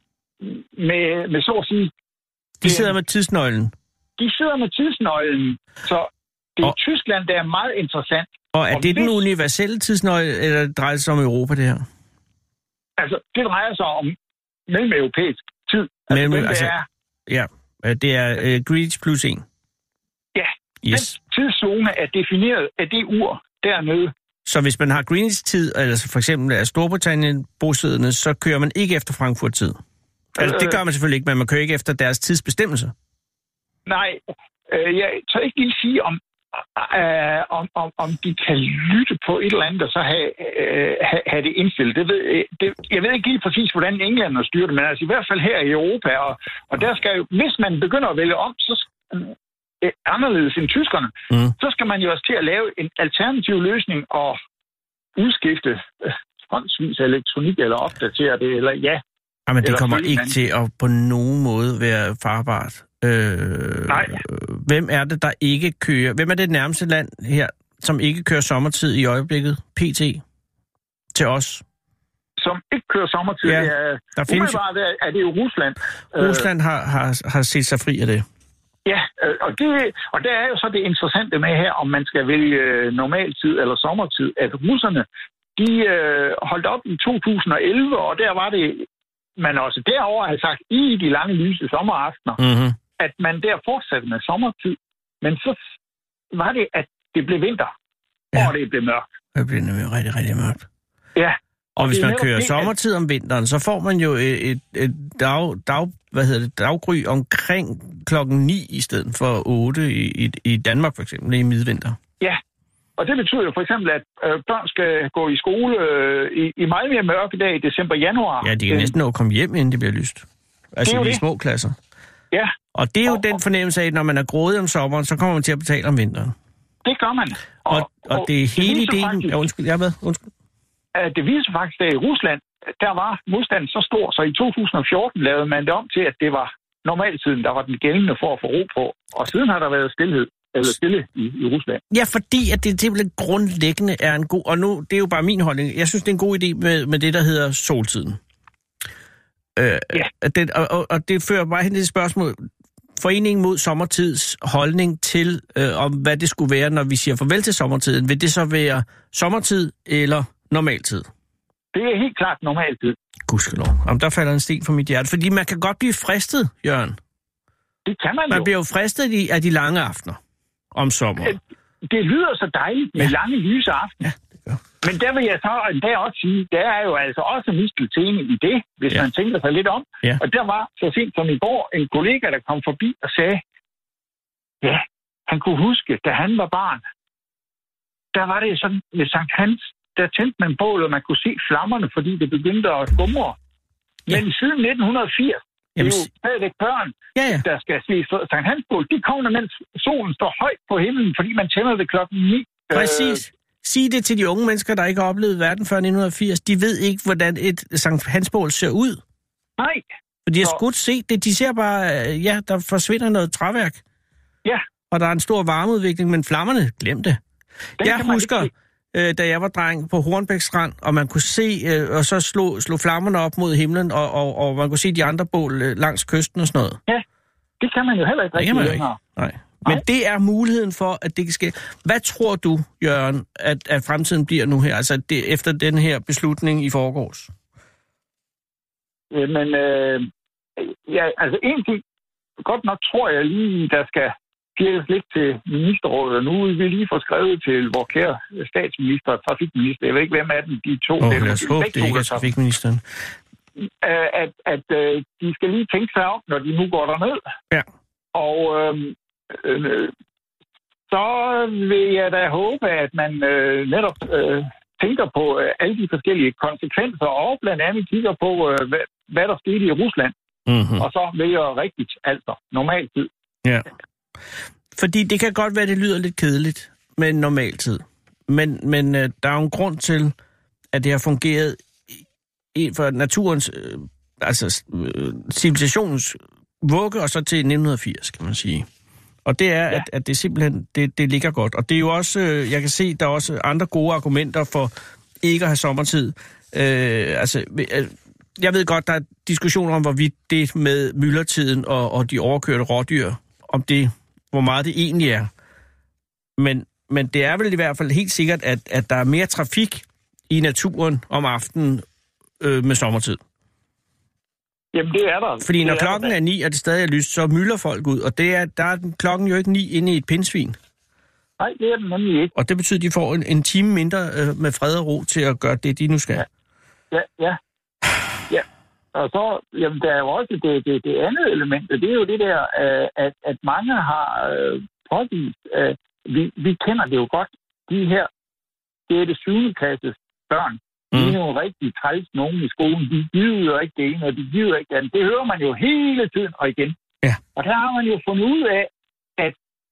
med så at sige... De sidder med tidsnøglen? De sidder med tidsnøglen, så det er Tyskland, der er meget interessant. Og er det den universelle tidsnøgle, eller drejer det sig om Europa, det her? Altså, det drejer sig om mellemeuropæisk tid. Det er Greenwich plus 1. Ja, yes. Den tidszone er defineret af det ur dernede. Så hvis man har Greenwich-tid, altså for eksempel er Storbritannien bosiddende, så kører man ikke efter Frankfurt-tid? Altså, det gør man selvfølgelig ikke, men man kører ikke efter deres tidsbestemmelse? Nej, jeg tør ikke lige sige, om de kan lytte på et eller andet, og så have det indstillet. Jeg ved ikke lige præcis, hvordan England styrer det, men altså i hvert fald her i Europa, og der skal jo, hvis man begynder at vælge om, så anderledes end tyskerne, så skal man jo også til at lave en alternativ løsning og udskifte håndsvis elektronik, eller opdatere det, eller ja. Men det kommer ikke til at på nogen måde være farbart. Nej. Hvem er det, der ikke kører? Hvem er det nærmeste land her, som ikke kører sommertid i øjeblikket? PT? Til os? Som ikke kører sommertid? Ja, der findes... er det jo Rusland. Rusland har set sig fri af det. Ja, og der er jo så det interessante med her, om man skal vælge normaltid eller sommertid, at russerne, de holdt op i 2011, og der var det, man også derovre har sagt, i de lange lyse sommeraftener, at man der fortsatte med sommertid, men så var det, at det blev vinter, og det blev mørkt. Det blev nemlig rigtig, rigtig mørkt. Ja. Og hvis man kører sommertid om vinteren, så får man jo et daggry omkring klokken 9 i stedet for 8 i Danmark for eksempel, i midvinter. Ja, Og det betyder jo for eksempel, at børn skal gå i skole i meget mere mørke dag i december-januar. Ja, de kan næsten nå at komme hjem, inden det bliver lyst. Altså i de små klasser. Ja. Og det er jo den fornemmelse af, at når man er grådig om sommeren, så kommer man til at betale om vinteren. Det gør man. Og det er hele ideen... Faktisk, undskyld. Det viser faktisk, at i Rusland, der var modstanden så stor, så i 2014 lavede man det om til, at det var normaltiden, der var den gældende for at få ro på. Og siden har der været stille i Rusland. Ja, fordi at det simpelthen grundlæggende er en god... Og nu, det er jo bare min holdning. Jeg synes, det er en god idé med det, der hedder soltiden. Og det fører bare hen til et spørgsmål. Foreningen mod sommertids holdning til, om hvad det skulle være, når vi siger farvel til sommertiden. Vil det så være sommertid eller normaltid? Det er helt klart normaltid. Gudskelov. Jamen, der falder en sten fra mit hjerte. Fordi man kan godt blive fristet, Jørgen. Det kan man jo. Man bliver jo fristet af de lange aftener om sommeren. Det lyder så dejligt med lange, lyse aftener. Ja, det gør. Men der vil jeg så også sige, der er jo altså også misteltene i det, hvis man tænker sig lidt om. Ja. Og der var så sent som i går en kollega, der kom forbi og sagde, ja, han kunne huske, da han var barn, der var det sådan med Sankt Hans, der tændte man bål, og man kunne se flammerne, fordi det begyndte at skumre. Men siden 1980, det er jo stadigvæk børn, der skal se Sankt Hans bål. De kommer, mens solen står højt på himlen, fordi man tænder det klokken 9. Præcis. Sig det til de unge mennesker, der ikke har oplevet verden før 1980. De ved ikke, hvordan et Sankt Hans bål ser ud. Nej. For de har skudt set det. De ser bare, der forsvinder noget træværk. Ja. Og der er en stor varmeudvikling, men flammerne, glem det. Jeg husker, da jeg var dreng på Hornbæk Strand, og man kunne se, og så slå flammerne op mod himlen, og man kunne se de andre bål langs kysten og sådan noget. Ja, det kan man jo heller ikke rigtig længere. Nej. Men det er muligheden for, at det kan ske. Hvad tror du, Jørgen, at fremtiden bliver nu her, altså efter den her beslutning i forgårs? Jamen, altså en ting, godt nok tror jeg lige, der skal gældes lidt til ministerrådet, og nu vil vi lige få skrevet til vores kære statsminister og trafikminister. Jeg ved ikke, hvem af dem, de to. Lad os håbe, det ikke er trafikministeren. At de skal lige tænke sig om, når de nu går derned. Ja. Og så vil jeg da håbe, at man netop tænker på alle de forskellige konsekvenser, og blandt andet kigger på, hvad der skete i Rusland. Mm-hmm. Og så vælger rigtigt, altså normaltid. Ja. Fordi det kan godt være, at det lyder lidt kedeligt med en normaltid. Men der er jo en grund til, at det har fungeret for naturens, civilisationens vugge, og så til 1980, kan man sige. Og det er, at det simpelthen, det ligger godt. Og det er jo også, jeg kan se, der er også andre gode argumenter for ikke at have sommertid. Jeg ved godt, der er diskussioner om, hvorvidt det med myldretiden og de overkørte rådyr, om det, hvor meget det egentlig er. Men det er vel i hvert fald helt sikkert, at der er mere trafik i naturen om aftenen med sommertid. Jamen, det er der. Fordi når klokken er 9, og det stadig er lyst, så mylder folk ud. Og der er klokken jo ikke 9 inde i et pindsvin. Nej, det er den nemlig ikke. Og det betyder, at de får en time mindre med fred og ro til at gøre det, de nu skal. Ja. Og så, jamen, der er jo også det andet element, det er jo det der, at mange har påvist, vi kender det jo godt, det er det 7. klasses børn. De er jo rigtig træls nogen i skolen. De giver jo ikke det ene, og de giver ikke det andet. Det hører man jo hele tiden og igen. Ja. Og der har man jo fundet ud af, at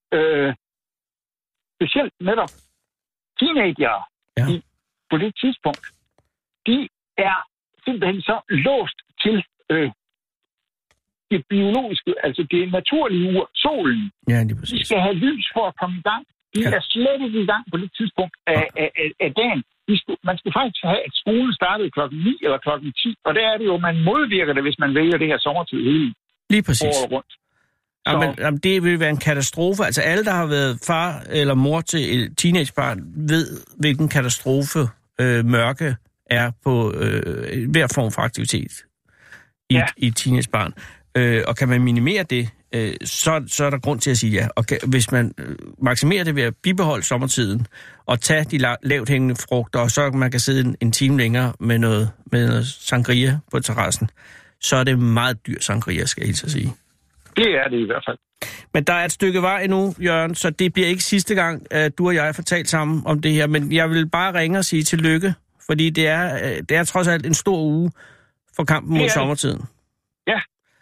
specielt netop teenagere på det tidspunkt, de er simpelthen så låst til det biologiske, altså det naturlige ur, solen. Ja, det er præcis. De skal have lys for at komme i gang. De er slet ikke i gang på det tidspunkt af dagen. Man skal faktisk have, at skolen startede klokken 9 eller klokken 10, og der er det jo, man modvirker det, hvis man vælger det her sommertid hele lige præcis. Året rundt. Jamen, det vil være en katastrofe. Altså alle, der har været far eller mor til et teenagebarn, ved, hvilken katastrofe mørke er på hver form for aktivitet i et teenagebarn. Og kan man minimere det, så er der grund til at sige ja. Og hvis man maksimerer det ved at bibeholde sommertiden og tage de lavt hængende frugter, og så man kan sidde en time længere med noget sangria på terrassen, så er det meget dyr sangria, skal jeg helt så sige. Det er det i hvert fald. Men der er et stykke vej endnu, Jørgen, så det bliver ikke sidste gang, at du og jeg får talt sammen om det her. Men jeg vil bare ringe og sige tillykke, fordi det er trods alt en stor uge for kampen mod sommertiden. Ja.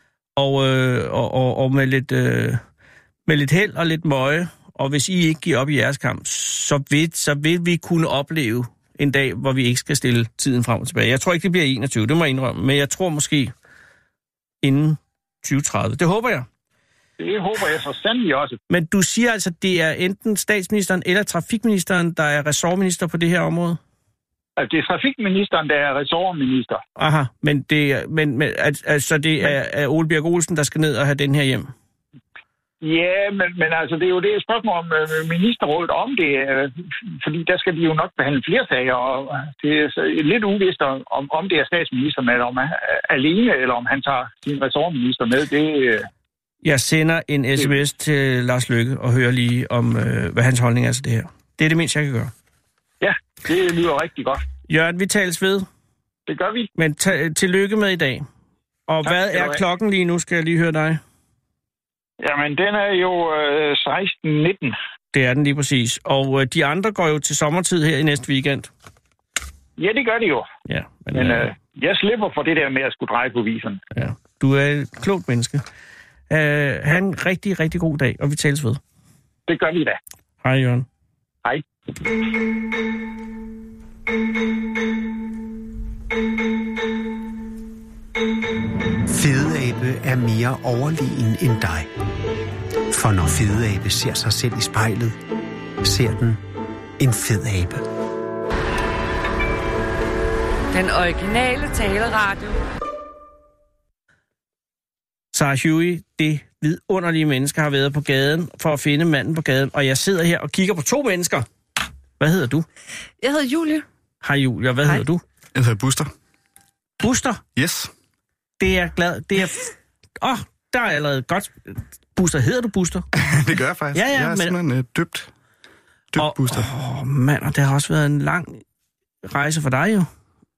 Og med lidt held og lidt møje, og hvis I ikke giver op i jeres kamp, så vil vi kunne opleve en dag, hvor vi ikke skal stille tiden frem og tilbage. Jeg tror ikke, det bliver 21, det må jeg indrømme, men jeg tror måske inden 2030. Det håber jeg. Det håber jeg så sandelig også. Men du siger altså, det er enten statsministeren eller trafikministeren, der er ressortminister på det her område? Altså, det er trafikministeren, der er ressortminister. Aha, men det er Ole Birk Olesen, der skal ned og have den her hjem? Ja, men altså, det er jo det spørgsmål om ministerrådet om det, fordi der skal de jo nok behandle flere sager, og det er lidt uvist om det er statsministeren, eller om alene, eller om han tager sin ressortminister med. Jeg sender en sms til Lars Løkke og hører lige om, hvad hans holdning er til det her. Det er det mindste, jeg kan gøre. Ja, det lyder rigtig godt. Jørgen, vi tales ved. Det gør vi. Men tillykke med i dag. Og tak, hvad er klokken lige nu, skal jeg lige høre dig? Jamen, den er jo 16:19. Det er den lige præcis. Og de andre går jo til sommertid her i næste weekend. Ja, det gør de jo. Ja, men jeg slipper for det der med at skulle dreje på viserne. Ja, du er et klogt menneske. Ha' en rigtig, rigtig god dag, og vi tales ved. Det gør vi da. Hej, Jørgen. Hej. Fedeabe er mere overlegen end dig. For når fedeabe ser sig selv i spejlet, ser den en fed abe. Den originale taleradio. Sarah Huey, det vidunderlige menneske, har været på gaden for at finde manden på gaden. Og jeg sidder her og kigger på 2 mennesker. Hvad hedder du? Jeg hedder Julie. Hej Julie, hvad hedder du? Jeg hedder Buster. Buster? Yes. Det er glad. Det er... der er allerede godt. Buster, hedder du Buster? Det gør jeg faktisk. Ja, jeg er simpelthen døbt Buster. Mand, og det har også været en lang rejse for dig jo.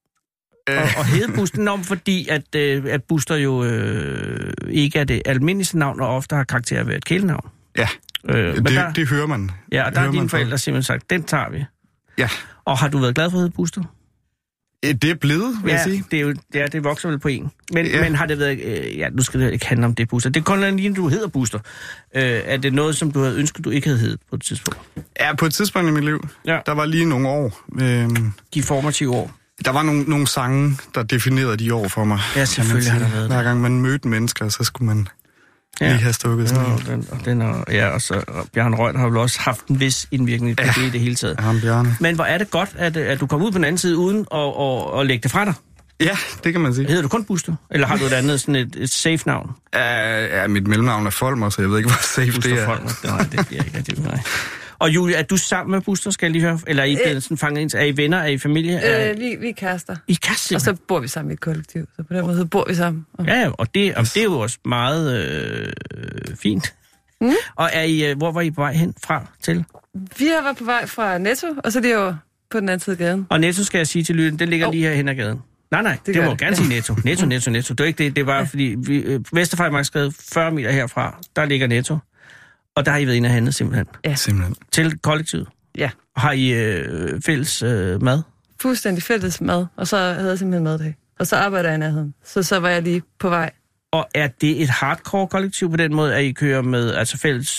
Og hedde Buster, fordi at Buster jo ikke er det almindeligste navn, og ofte har karakter af et kælenavn. Ja, det hører man. Ja, og der har dine forældre simpelthen sagt, den tager vi. Ja. Og har du været glad for at hedde Buster? Det er blevet, vil jeg sige. Det vokser vel på en. Men har det været... nu skal det ikke handle om det, Buster. Det er kun lige, du hedder Buster. Er det noget, som du havde ønsket, du ikke havde heddet på et tidspunkt? Ja, på et tidspunkt i mit liv. Ja. Der var lige nogle år. De formative år. Der var nogle sange, der definerede de år for mig. Ja, selvfølgelig har der været. Hver gang man mødte mennesker, så skulle man lige have stukket sådan og så Bjarne Rødt har jo også haft en vis indvirkning på det i det hele taget. Ja, Bjarne. Men hvor er det godt, at du kom ud på den anden side uden at lægge det fra dig? Ja, det kan man sige. Hedder du kun Buster? Eller har du et andet, sådan et safe-navn? Ja, mit mellemnavn er Folmer, så jeg ved ikke, hvor safe Buster det er. Folmer. Nej, det bliver ikke rigtig nej. Og Julie, er du sammen med Buster, skal jeg lige høre? Eller er I blevet sådan fanget ind? Er I venner? Er I familie? Vi er kærester. I kærester? Og så bor vi sammen i et kollektiv. Så på den måde bor vi sammen. Ja, og det er jo også meget fint. Mm. Og hvor var I på vej hen fra til? Vi har været på vej fra Netto, og så er det jo på den anden side af gaden. Og Netto, skal jeg sige til lyden, den ligger lige her hen ad gaden. Nej, det må gerne sige Netto. Netto. Det er ikke det. Det var fordi Vesterfejlmarksgade 40 meter herfra, der ligger Netto. Og der har I været inde og handle simpelthen? Ja. Simpelthen. Til kollektivet? Ja. Og har I fælles mad? Fuldstændig fælles mad, og så havde jeg simpelthen maddag. Og så arbejder jeg i nærheden. Så var jeg lige på vej. Og er det et hardcore kollektiv på den måde, at I kører med altså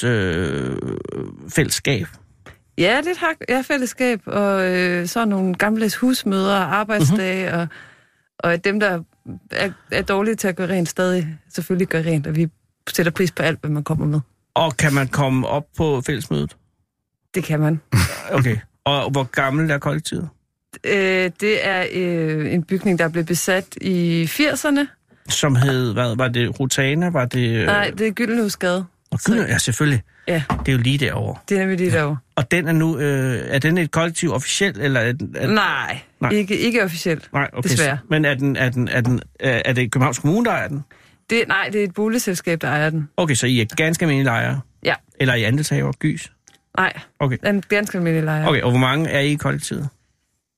fællesskab? Ja, det er et fællesskab, og så nogle gamle husmøder og arbejdsdage, og dem, der er dårlige til at gøre rent, stadig selvfølgelig gør rent, og vi sætter pris på alt, hvad man kommer med. Og kan man komme op på fællesmødet? Det kan man. Okay. Og hvor gammel er kollektivet? Det er en bygning, der blev besat i 80'erne. Som hed, hvad var det, Rutana? Var det, nej, det er Gyldenhusgade. Og ja, selvfølgelig. Ja. Det er jo lige derovre. Det er nemlig lige derovre. Og den er nu, er den et kollektiv officielt, eller nej. Ikke officielt. Nej, okay. Desværre. Men er det Københavns Kommune, der ejer den? Nej, det er et boligselskab, der ejer den. Okay, så I er ganske almindelige lejere? Ja. Eller er I andelshaver, gys? Nej, okay. Den ganske almindelige lejere. Okay, og hvor mange er I i kollektivet?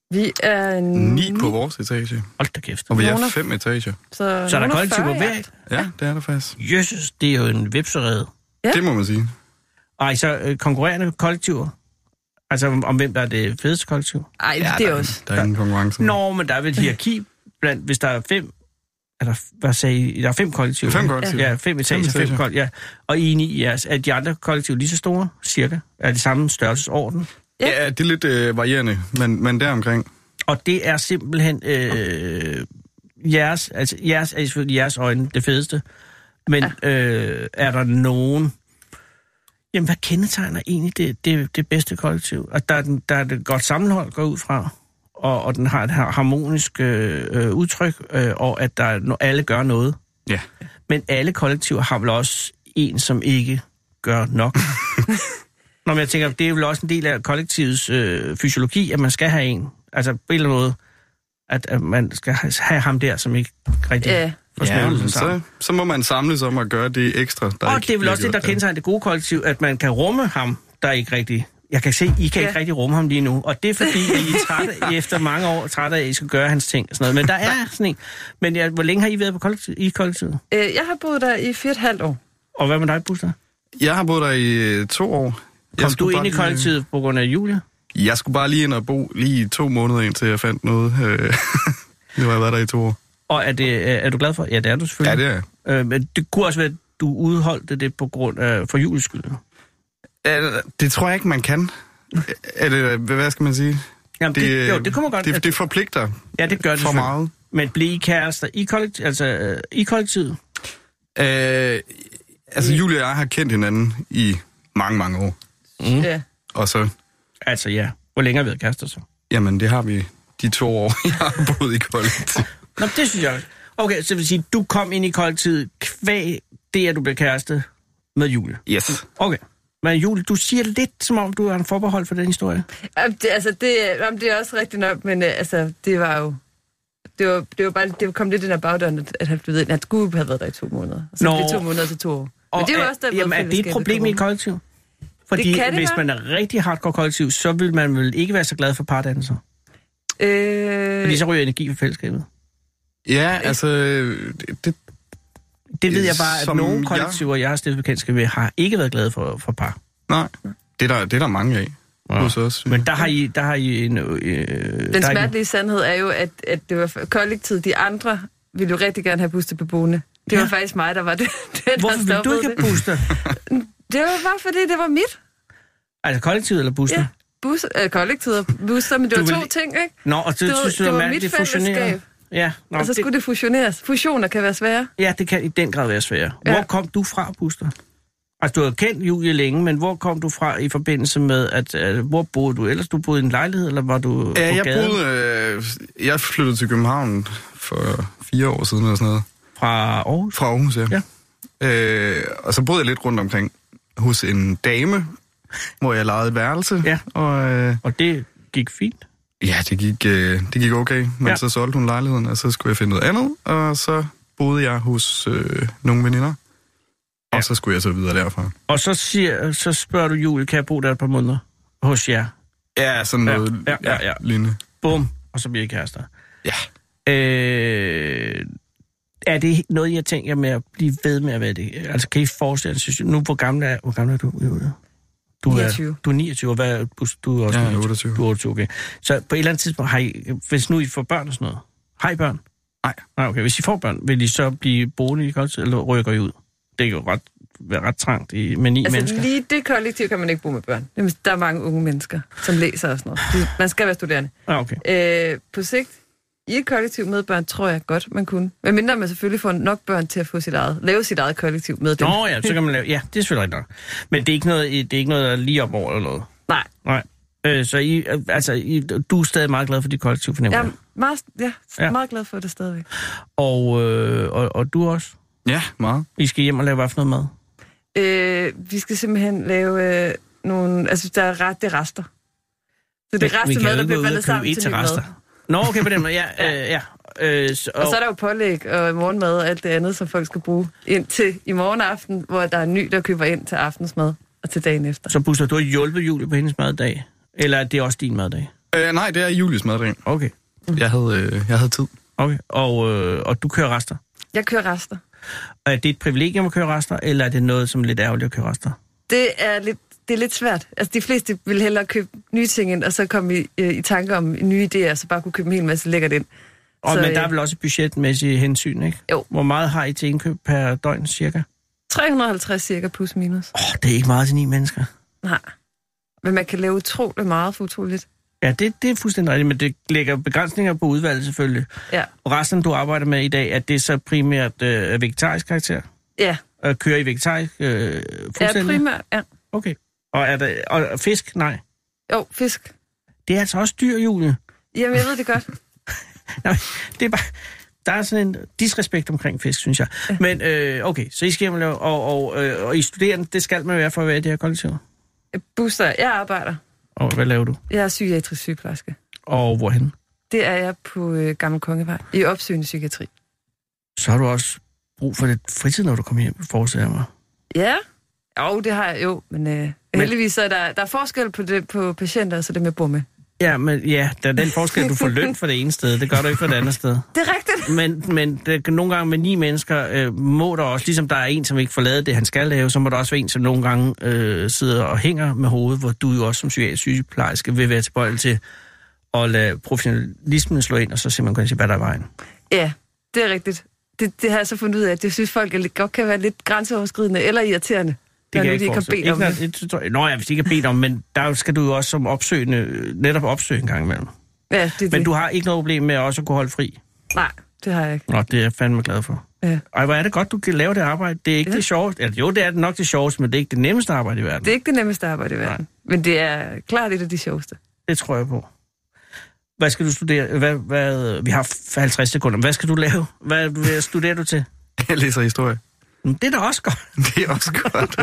Vi er 9 på vores etage. Hold da kæft. Og vi er 5 etager. Så er der kollektiv på hver? Ja, det er der faktisk. Jesus, det er jo en vipserede. Ja. Det må man sige. Og så konkurrerende kollektiver? Altså om hvem der er det fedeste kollektiv? Ej, ja, det er også. Der er ingen konkurrence. Nå, men der er vel et hierarki blandt, hvis der er 5... Hvad sagde I? Der er 5 kollektiver. 5 kollektiver. Ja, 5 etager, 5 kollektiver. Ja. Og I i jeres. Er de andre kollektiver lige så store, cirka? Er det samme størrelsesorden? Ja, det er lidt varierende, men deromkring. Og det er simpelthen jeres er selvfølgelig jeres øjne det fedeste. Men er der nogen... Jamen, hvad kendetegner egentlig det bedste kollektiv? At der er det godt sammenhold, går ud fra, og den har et harmonisk udtryk, og at alle gør noget. Ja. Men alle kollektiver har vel også en, som ikke gør nok. Når jeg tænker, det er vel også en del af kollektivets fysiologi, at man skal have en. Altså på en eller anden måde, at man skal have ham der, som ikke rigtig får snævlet sammen. Så må man samles om at gøre det ekstra. Og det er vel også det, der kendetegner det gode kollektiv, at man kan rumme ham, der ikke rigtig... Jeg kan se, I kan ikke rigtig rumme ham lige nu. Og det er fordi, at I er trætte, efter mange år trætte af, at I skal gøre hans ting og sådan noget. Men der er sådan en. Men hvor længe har I været på kollektivet? Jeg har boet der i 4,5 år. Og hvad med dig, Buster? Jeg har boet der i 2 år. Kom du ind i kollektivet på grund af Julia? Jeg skulle bare lige ind og bo lige 2 måneder, indtil jeg fandt noget. Nu har jeg været der i 2 år. Og er du glad for? Ja, det er du selvfølgelig. Ja, det er. Men det kunne også være, at du udholdte det på grund af for Julies skyld. Det tror jeg ikke, man kan. Hvad skal man sige? Jamen, det kunne man godt. Det forpligter. Ja, det gør det for meget. Men blev I kærester i kollektivet? Altså, Julie og jeg har kendt hinanden i mange, mange år. Mm. Ja. Og så... Altså, ja. Hvor længe har vi været kærester så? Jamen, det har vi de 2 år, jeg har boet i kollektivet. Nå, det synes jeg. Okay, så vil sige, du kom ind i kollektivet kvæg det, at du blev kæreste med Julie? Yes. Okay. Men Julie, du siger det lidt, som om du har en forbehold for den historie. Det er også rigtigt nok, men det var jo... Det kom lidt ind ad bagdøren, at han blev ved, at han skulle have været der i 2 måneder. Og så blev 2 måneder til 2 år. Men det var også der, jamen, er det et problem i et kollektiv? Fordi hvis man er rigtig hardcore kollektiv, så vil man vel ikke være så glad for pardannelser? Fordi så ryger energi for fællesskabet. Ja, altså... Det ved jeg bare, at nogle kollektiver, jeg har stiftet bekendtskab med, har ikke været glade for par. Nej, det er der mange af. Ja. Men der har I en... Den smertelige sandhed er jo, at det var kollektivet. De andre ville jo rigtig gerne have Buster beboende. Det var faktisk mig, der var det. Hvorfor ville du ikke have Buster? Det var bare fordi, det var mit. Altså kollektivet eller Buster? Ja, kollektivet og Buster, men det var 2 ting, ikke? Nå, og det synes du, det var mit fællesskab. Ja, og så skulle det fusioneres. Fusioner kan være svære. Ja, det kan i den grad være svære. Ja. Hvor kom du fra, Buster? Altså, du har kendt Julie længe, men hvor kom du fra i forbindelse med, hvor boede du? Ellers du boede i en lejlighed, eller var du på gaden? Jeg flyttede til København for 4 år siden, eller sådan noget. Fra Aarhus? Fra Aarhus, ja. Og så boede jeg lidt rundt omkring hos en dame, hvor jeg lejede et værelse. Ja, og det gik fint? Ja, det gik okay, men så solgte hun lejligheden, og så skulle jeg finde noget andet, og så boede jeg hos nogle veninder. Og så skulle jeg så videre derfra. Og så spørger du Julie, kan jeg bo der et par måneder hos jer? Ja, sådan noget lignende. Bum, og så bliver I kærester. Ja. Er det noget, jeg tænker med at blive ved med at være det? Altså, kan I forestille jer, nu hvor gammel er du, Julie? Du er 29, og hvad du er også 28. Du er 28, okay. Så på et eller andet tidspunkt har I, hvis nu I får børn og sådan noget, har I børn? Nej. Okay, hvis I får børn, vil I så blive boende i kollektiv, eller rykker I ud? Det kan jo være ret trangt med 9 mennesker. Altså lige det kollektiv kan man ikke bo med børn. Der er mange unge mennesker, som læser og sådan noget. Man skal være studerende. Okay. På sigt, i et kollektiv med børn, tror jeg godt, man kunne. Men mindre man selvfølgelig får nok børn til at få lave sit eget kollektiv med dem. Nå ja, så kan man lave... Ja, det er selvfølgelig nok. Men det er ikke noget, der er lige op over eller noget? Nej. Så du er stadig meget glad for dit kollektiv, fornemmer jeg? Meget glad for det stadigvæk. Og du også? Ja, meget. I skal hjem og lave hvad for noget mad? Vi skal simpelthen lave nogle... Altså, det er rester. Så det er restemad, der bliver bandet sammen til ny mad. Nå, okay, på den måde, ja. Og så er der jo pålæg og morgenmad og alt det andet, som folk skal bruge ind til i morgenaften, hvor der er ny, der køber ind til aftensmad og til dagen efter. Så Buster, du har hjulpet Julie på hendes maddag? Eller er det også din maddag? Nej, det er Julies maddag. Okay. Jeg havde tid. Okay, og du kører rester? Jeg kører rester. Og er det et privilegium at køre rester, eller er det noget, som er lidt ærgerligt at køre rester? Det er lidt svært. Altså, de fleste vil hellere købe nye ting ind, og så komme i tanke om nye idéer, så bare kunne købe en hel masse lækkert ind. Men der er vel også budgetmæssige hensyn, ikke? Jo. Hvor meget har I til indkøb per døgn, cirka? 350 cirka, plus minus. Det er ikke meget til 9 mennesker. Nej. Men man kan lave utroligt meget for utroligt. Ja, det er fuldstændig rigtigt, men det lægger begrænsninger på udvalget selvfølgelig. Ja. Og resten, du arbejder med i dag, er det så primært vegetarisk karakter? Ja. Kører I vegetarisk fuldstændig? Ja, primært, ja. Okay. Og fisk? Nej. Jo, fisk. Det er altså også dyr, Julie. Jamen, jeg ved det godt. Nej, det er bare... Der er sådan en disrespekt omkring fisk, synes jeg. Ja. Men okay, så I skal hjem og I studerende, det skal man være for at være i det her kollektiv? Booster, jeg arbejder. Og hvad laver du? Jeg er psykiatrisk sygeplejerske. Og hvorhen? Det er jeg på Gammel Kongevej, i opsøgende psykiatri. Så har du også brug for lidt fritid, når du kommer hjem, forestiller mig. Ja, jo, det har jeg jo, men heldigvis så er der er forskel på patienter, så det med bor med. Ja, men ja, der er den forskel, du får løn for det ene sted, det gør du ikke for det andet sted. Det er rigtigt. Men nogle gange med 9 mennesker må der også, ligesom der er en, som ikke får lavet det, han skal lave, så må der også være en, som nogle gange sidder og hænger med hovedet, hvor du jo også som psykiatrisk sygeplejerske vil være tilbøjelig til at lade professionalismen slå ind, og så simpelthen kan sige, hvad der er vejen. Ja, det er rigtigt. Det har jeg så fundet ud af, at det synes folk godt kan være lidt grænseoverskridende eller irriterende. Det kan jeg ikke forstå. Hvis de ikke har bedt om, men der skal du jo også som netop opsøge en gang imellem. Ja, men du har ikke noget problem med også at kunne holde fri? Nej, det har jeg ikke. Nå, det er jeg fandme glad for. Ja. Ej, hvor er det godt, du kan lave det arbejde. Det er ikke det sjoveste. Jo, det er nok det sjoveste, men det er ikke det nemmeste arbejde i verden. Det er ikke det nemmeste arbejde i verden. Nej. Men det er klart et af de sjoveste. Det tror jeg på. Hvad skal du studere? Vi har 50 sekunder. Hvad skal du lave? Hvad studerer du til? Jeg læser historie. Det er da også godt. Det er også godt.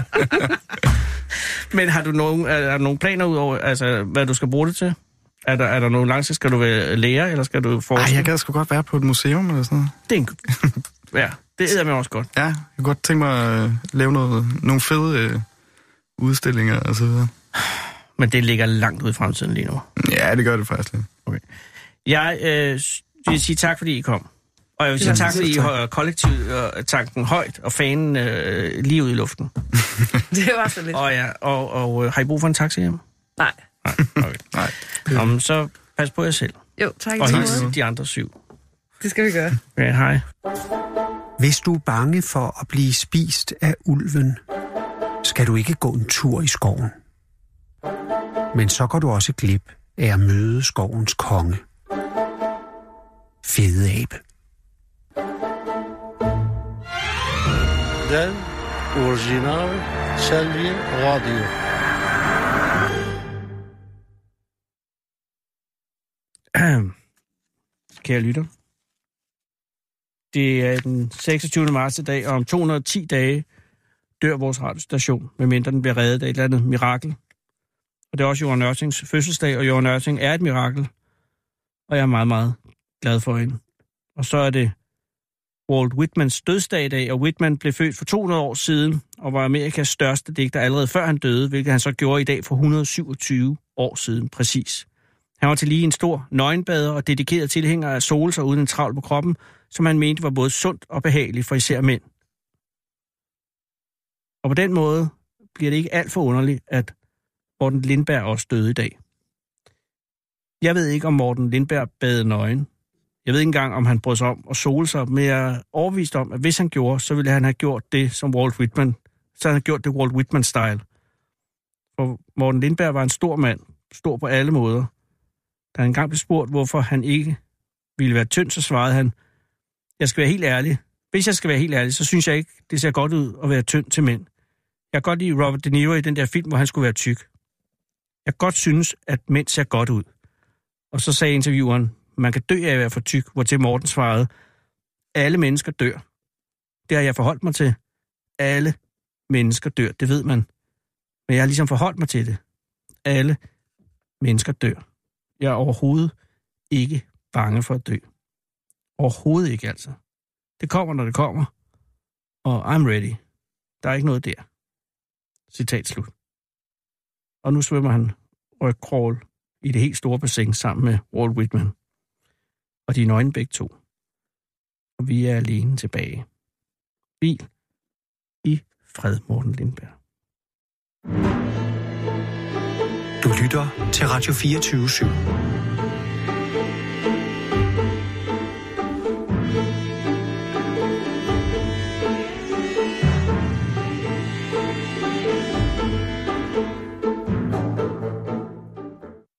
Men har du nogle planer ud over, altså, hvad du skal bruge det til? Er der nogle langsigter? Skal du være lærer, eller skal du forske? Jeg gad sgu godt være på et museum eller sådan noget. Det er mig også godt. Ja, jeg kunne godt tænke mig at lave nogle fede udstillinger og så videre. Men det ligger langt ud i fremtiden lige nu. Ja, det gør det faktisk lidt. Okay. Jeg vil sige tak, fordi I kom. Og jeg vil sige tak, fordi I holder kollektivtanken højt, og fanen lige ud i luften. Det var så lidt. Og har I brug for en taxa hjem? Nej. Okay. Nej. Så pas på jer selv. Jo, tak. Og hils de andre 7. Det skal vi gøre. Okay, hej. Hvis du er bange for at blive spist af ulven, skal du ikke gå en tur i skoven. Men så går du også glip af at møde skovens konge. Fede abe. Den original Selvi Radio. Kære lytter, det er den 26. marts i dag, og om 210 dage dør vores radiostation, medmindre den bliver reddet af et eller andet mirakel. Og det er også Johan Ørtings fødselsdag, og Johan Ørting er et mirakel, og jeg er meget, meget glad for hende. Og så er det Walt Whitmans dødsdag i dag, og Whitman blev født for 200 år siden, og var Amerikas største digter allerede før han døde, hvilket han så gjorde i dag for 127 år siden præcis. Han var til lige en stor nøgenbader og dedikeret tilhænger af solelser uden en travl på kroppen, som han mente var både sundt og behageligt for især mænd. Og på den måde bliver det ikke alt for underligt, at Morten Lindberg også døde i dag. Jeg ved ikke, om Morten Lindberg badede nøgen. Jeg ved ikke engang, om han brød sig om at sole sig, men jeg er overbevist om, at hvis han gjorde, så ville han have gjort det som Walt Whitman. Så han gjort det Walt Whitman-style. For Morten Lindberg var en stor mand, stor på alle måder. Da han engang blev spurgt, hvorfor han ikke ville være tynd, så svarede han, jeg skal være helt ærlig. Hvis jeg skal være helt ærlig, så synes jeg ikke, det ser godt ud at være tynd til mænd. Jeg kan godt lide Robert De Niro i den der film, hvor han skulle være tyk. Jeg kan godt synes, at mænd ser godt ud. Og så sagde intervieweren, man kan dø af at være for tyk, hvortil Morten svarede, alle mennesker dør. Det har jeg forholdt mig til. Alle mennesker dør, det ved man. Men jeg har ligesom forholdt mig til det. Alle mennesker dør. Jeg er overhovedet ikke bange for at dø. Overhovedet ikke, altså. Det kommer, når det kommer. Og I'm ready. Der er ikke noget der. Citat slut. Og nu svømmer han rygcrawl i det helt store bassin sammen med Walt Whitman. Og de er nøgne begge to. Og vi er alene tilbage. Hvil i fred, Morten Lindberg. Du lytter til Radio 24/7.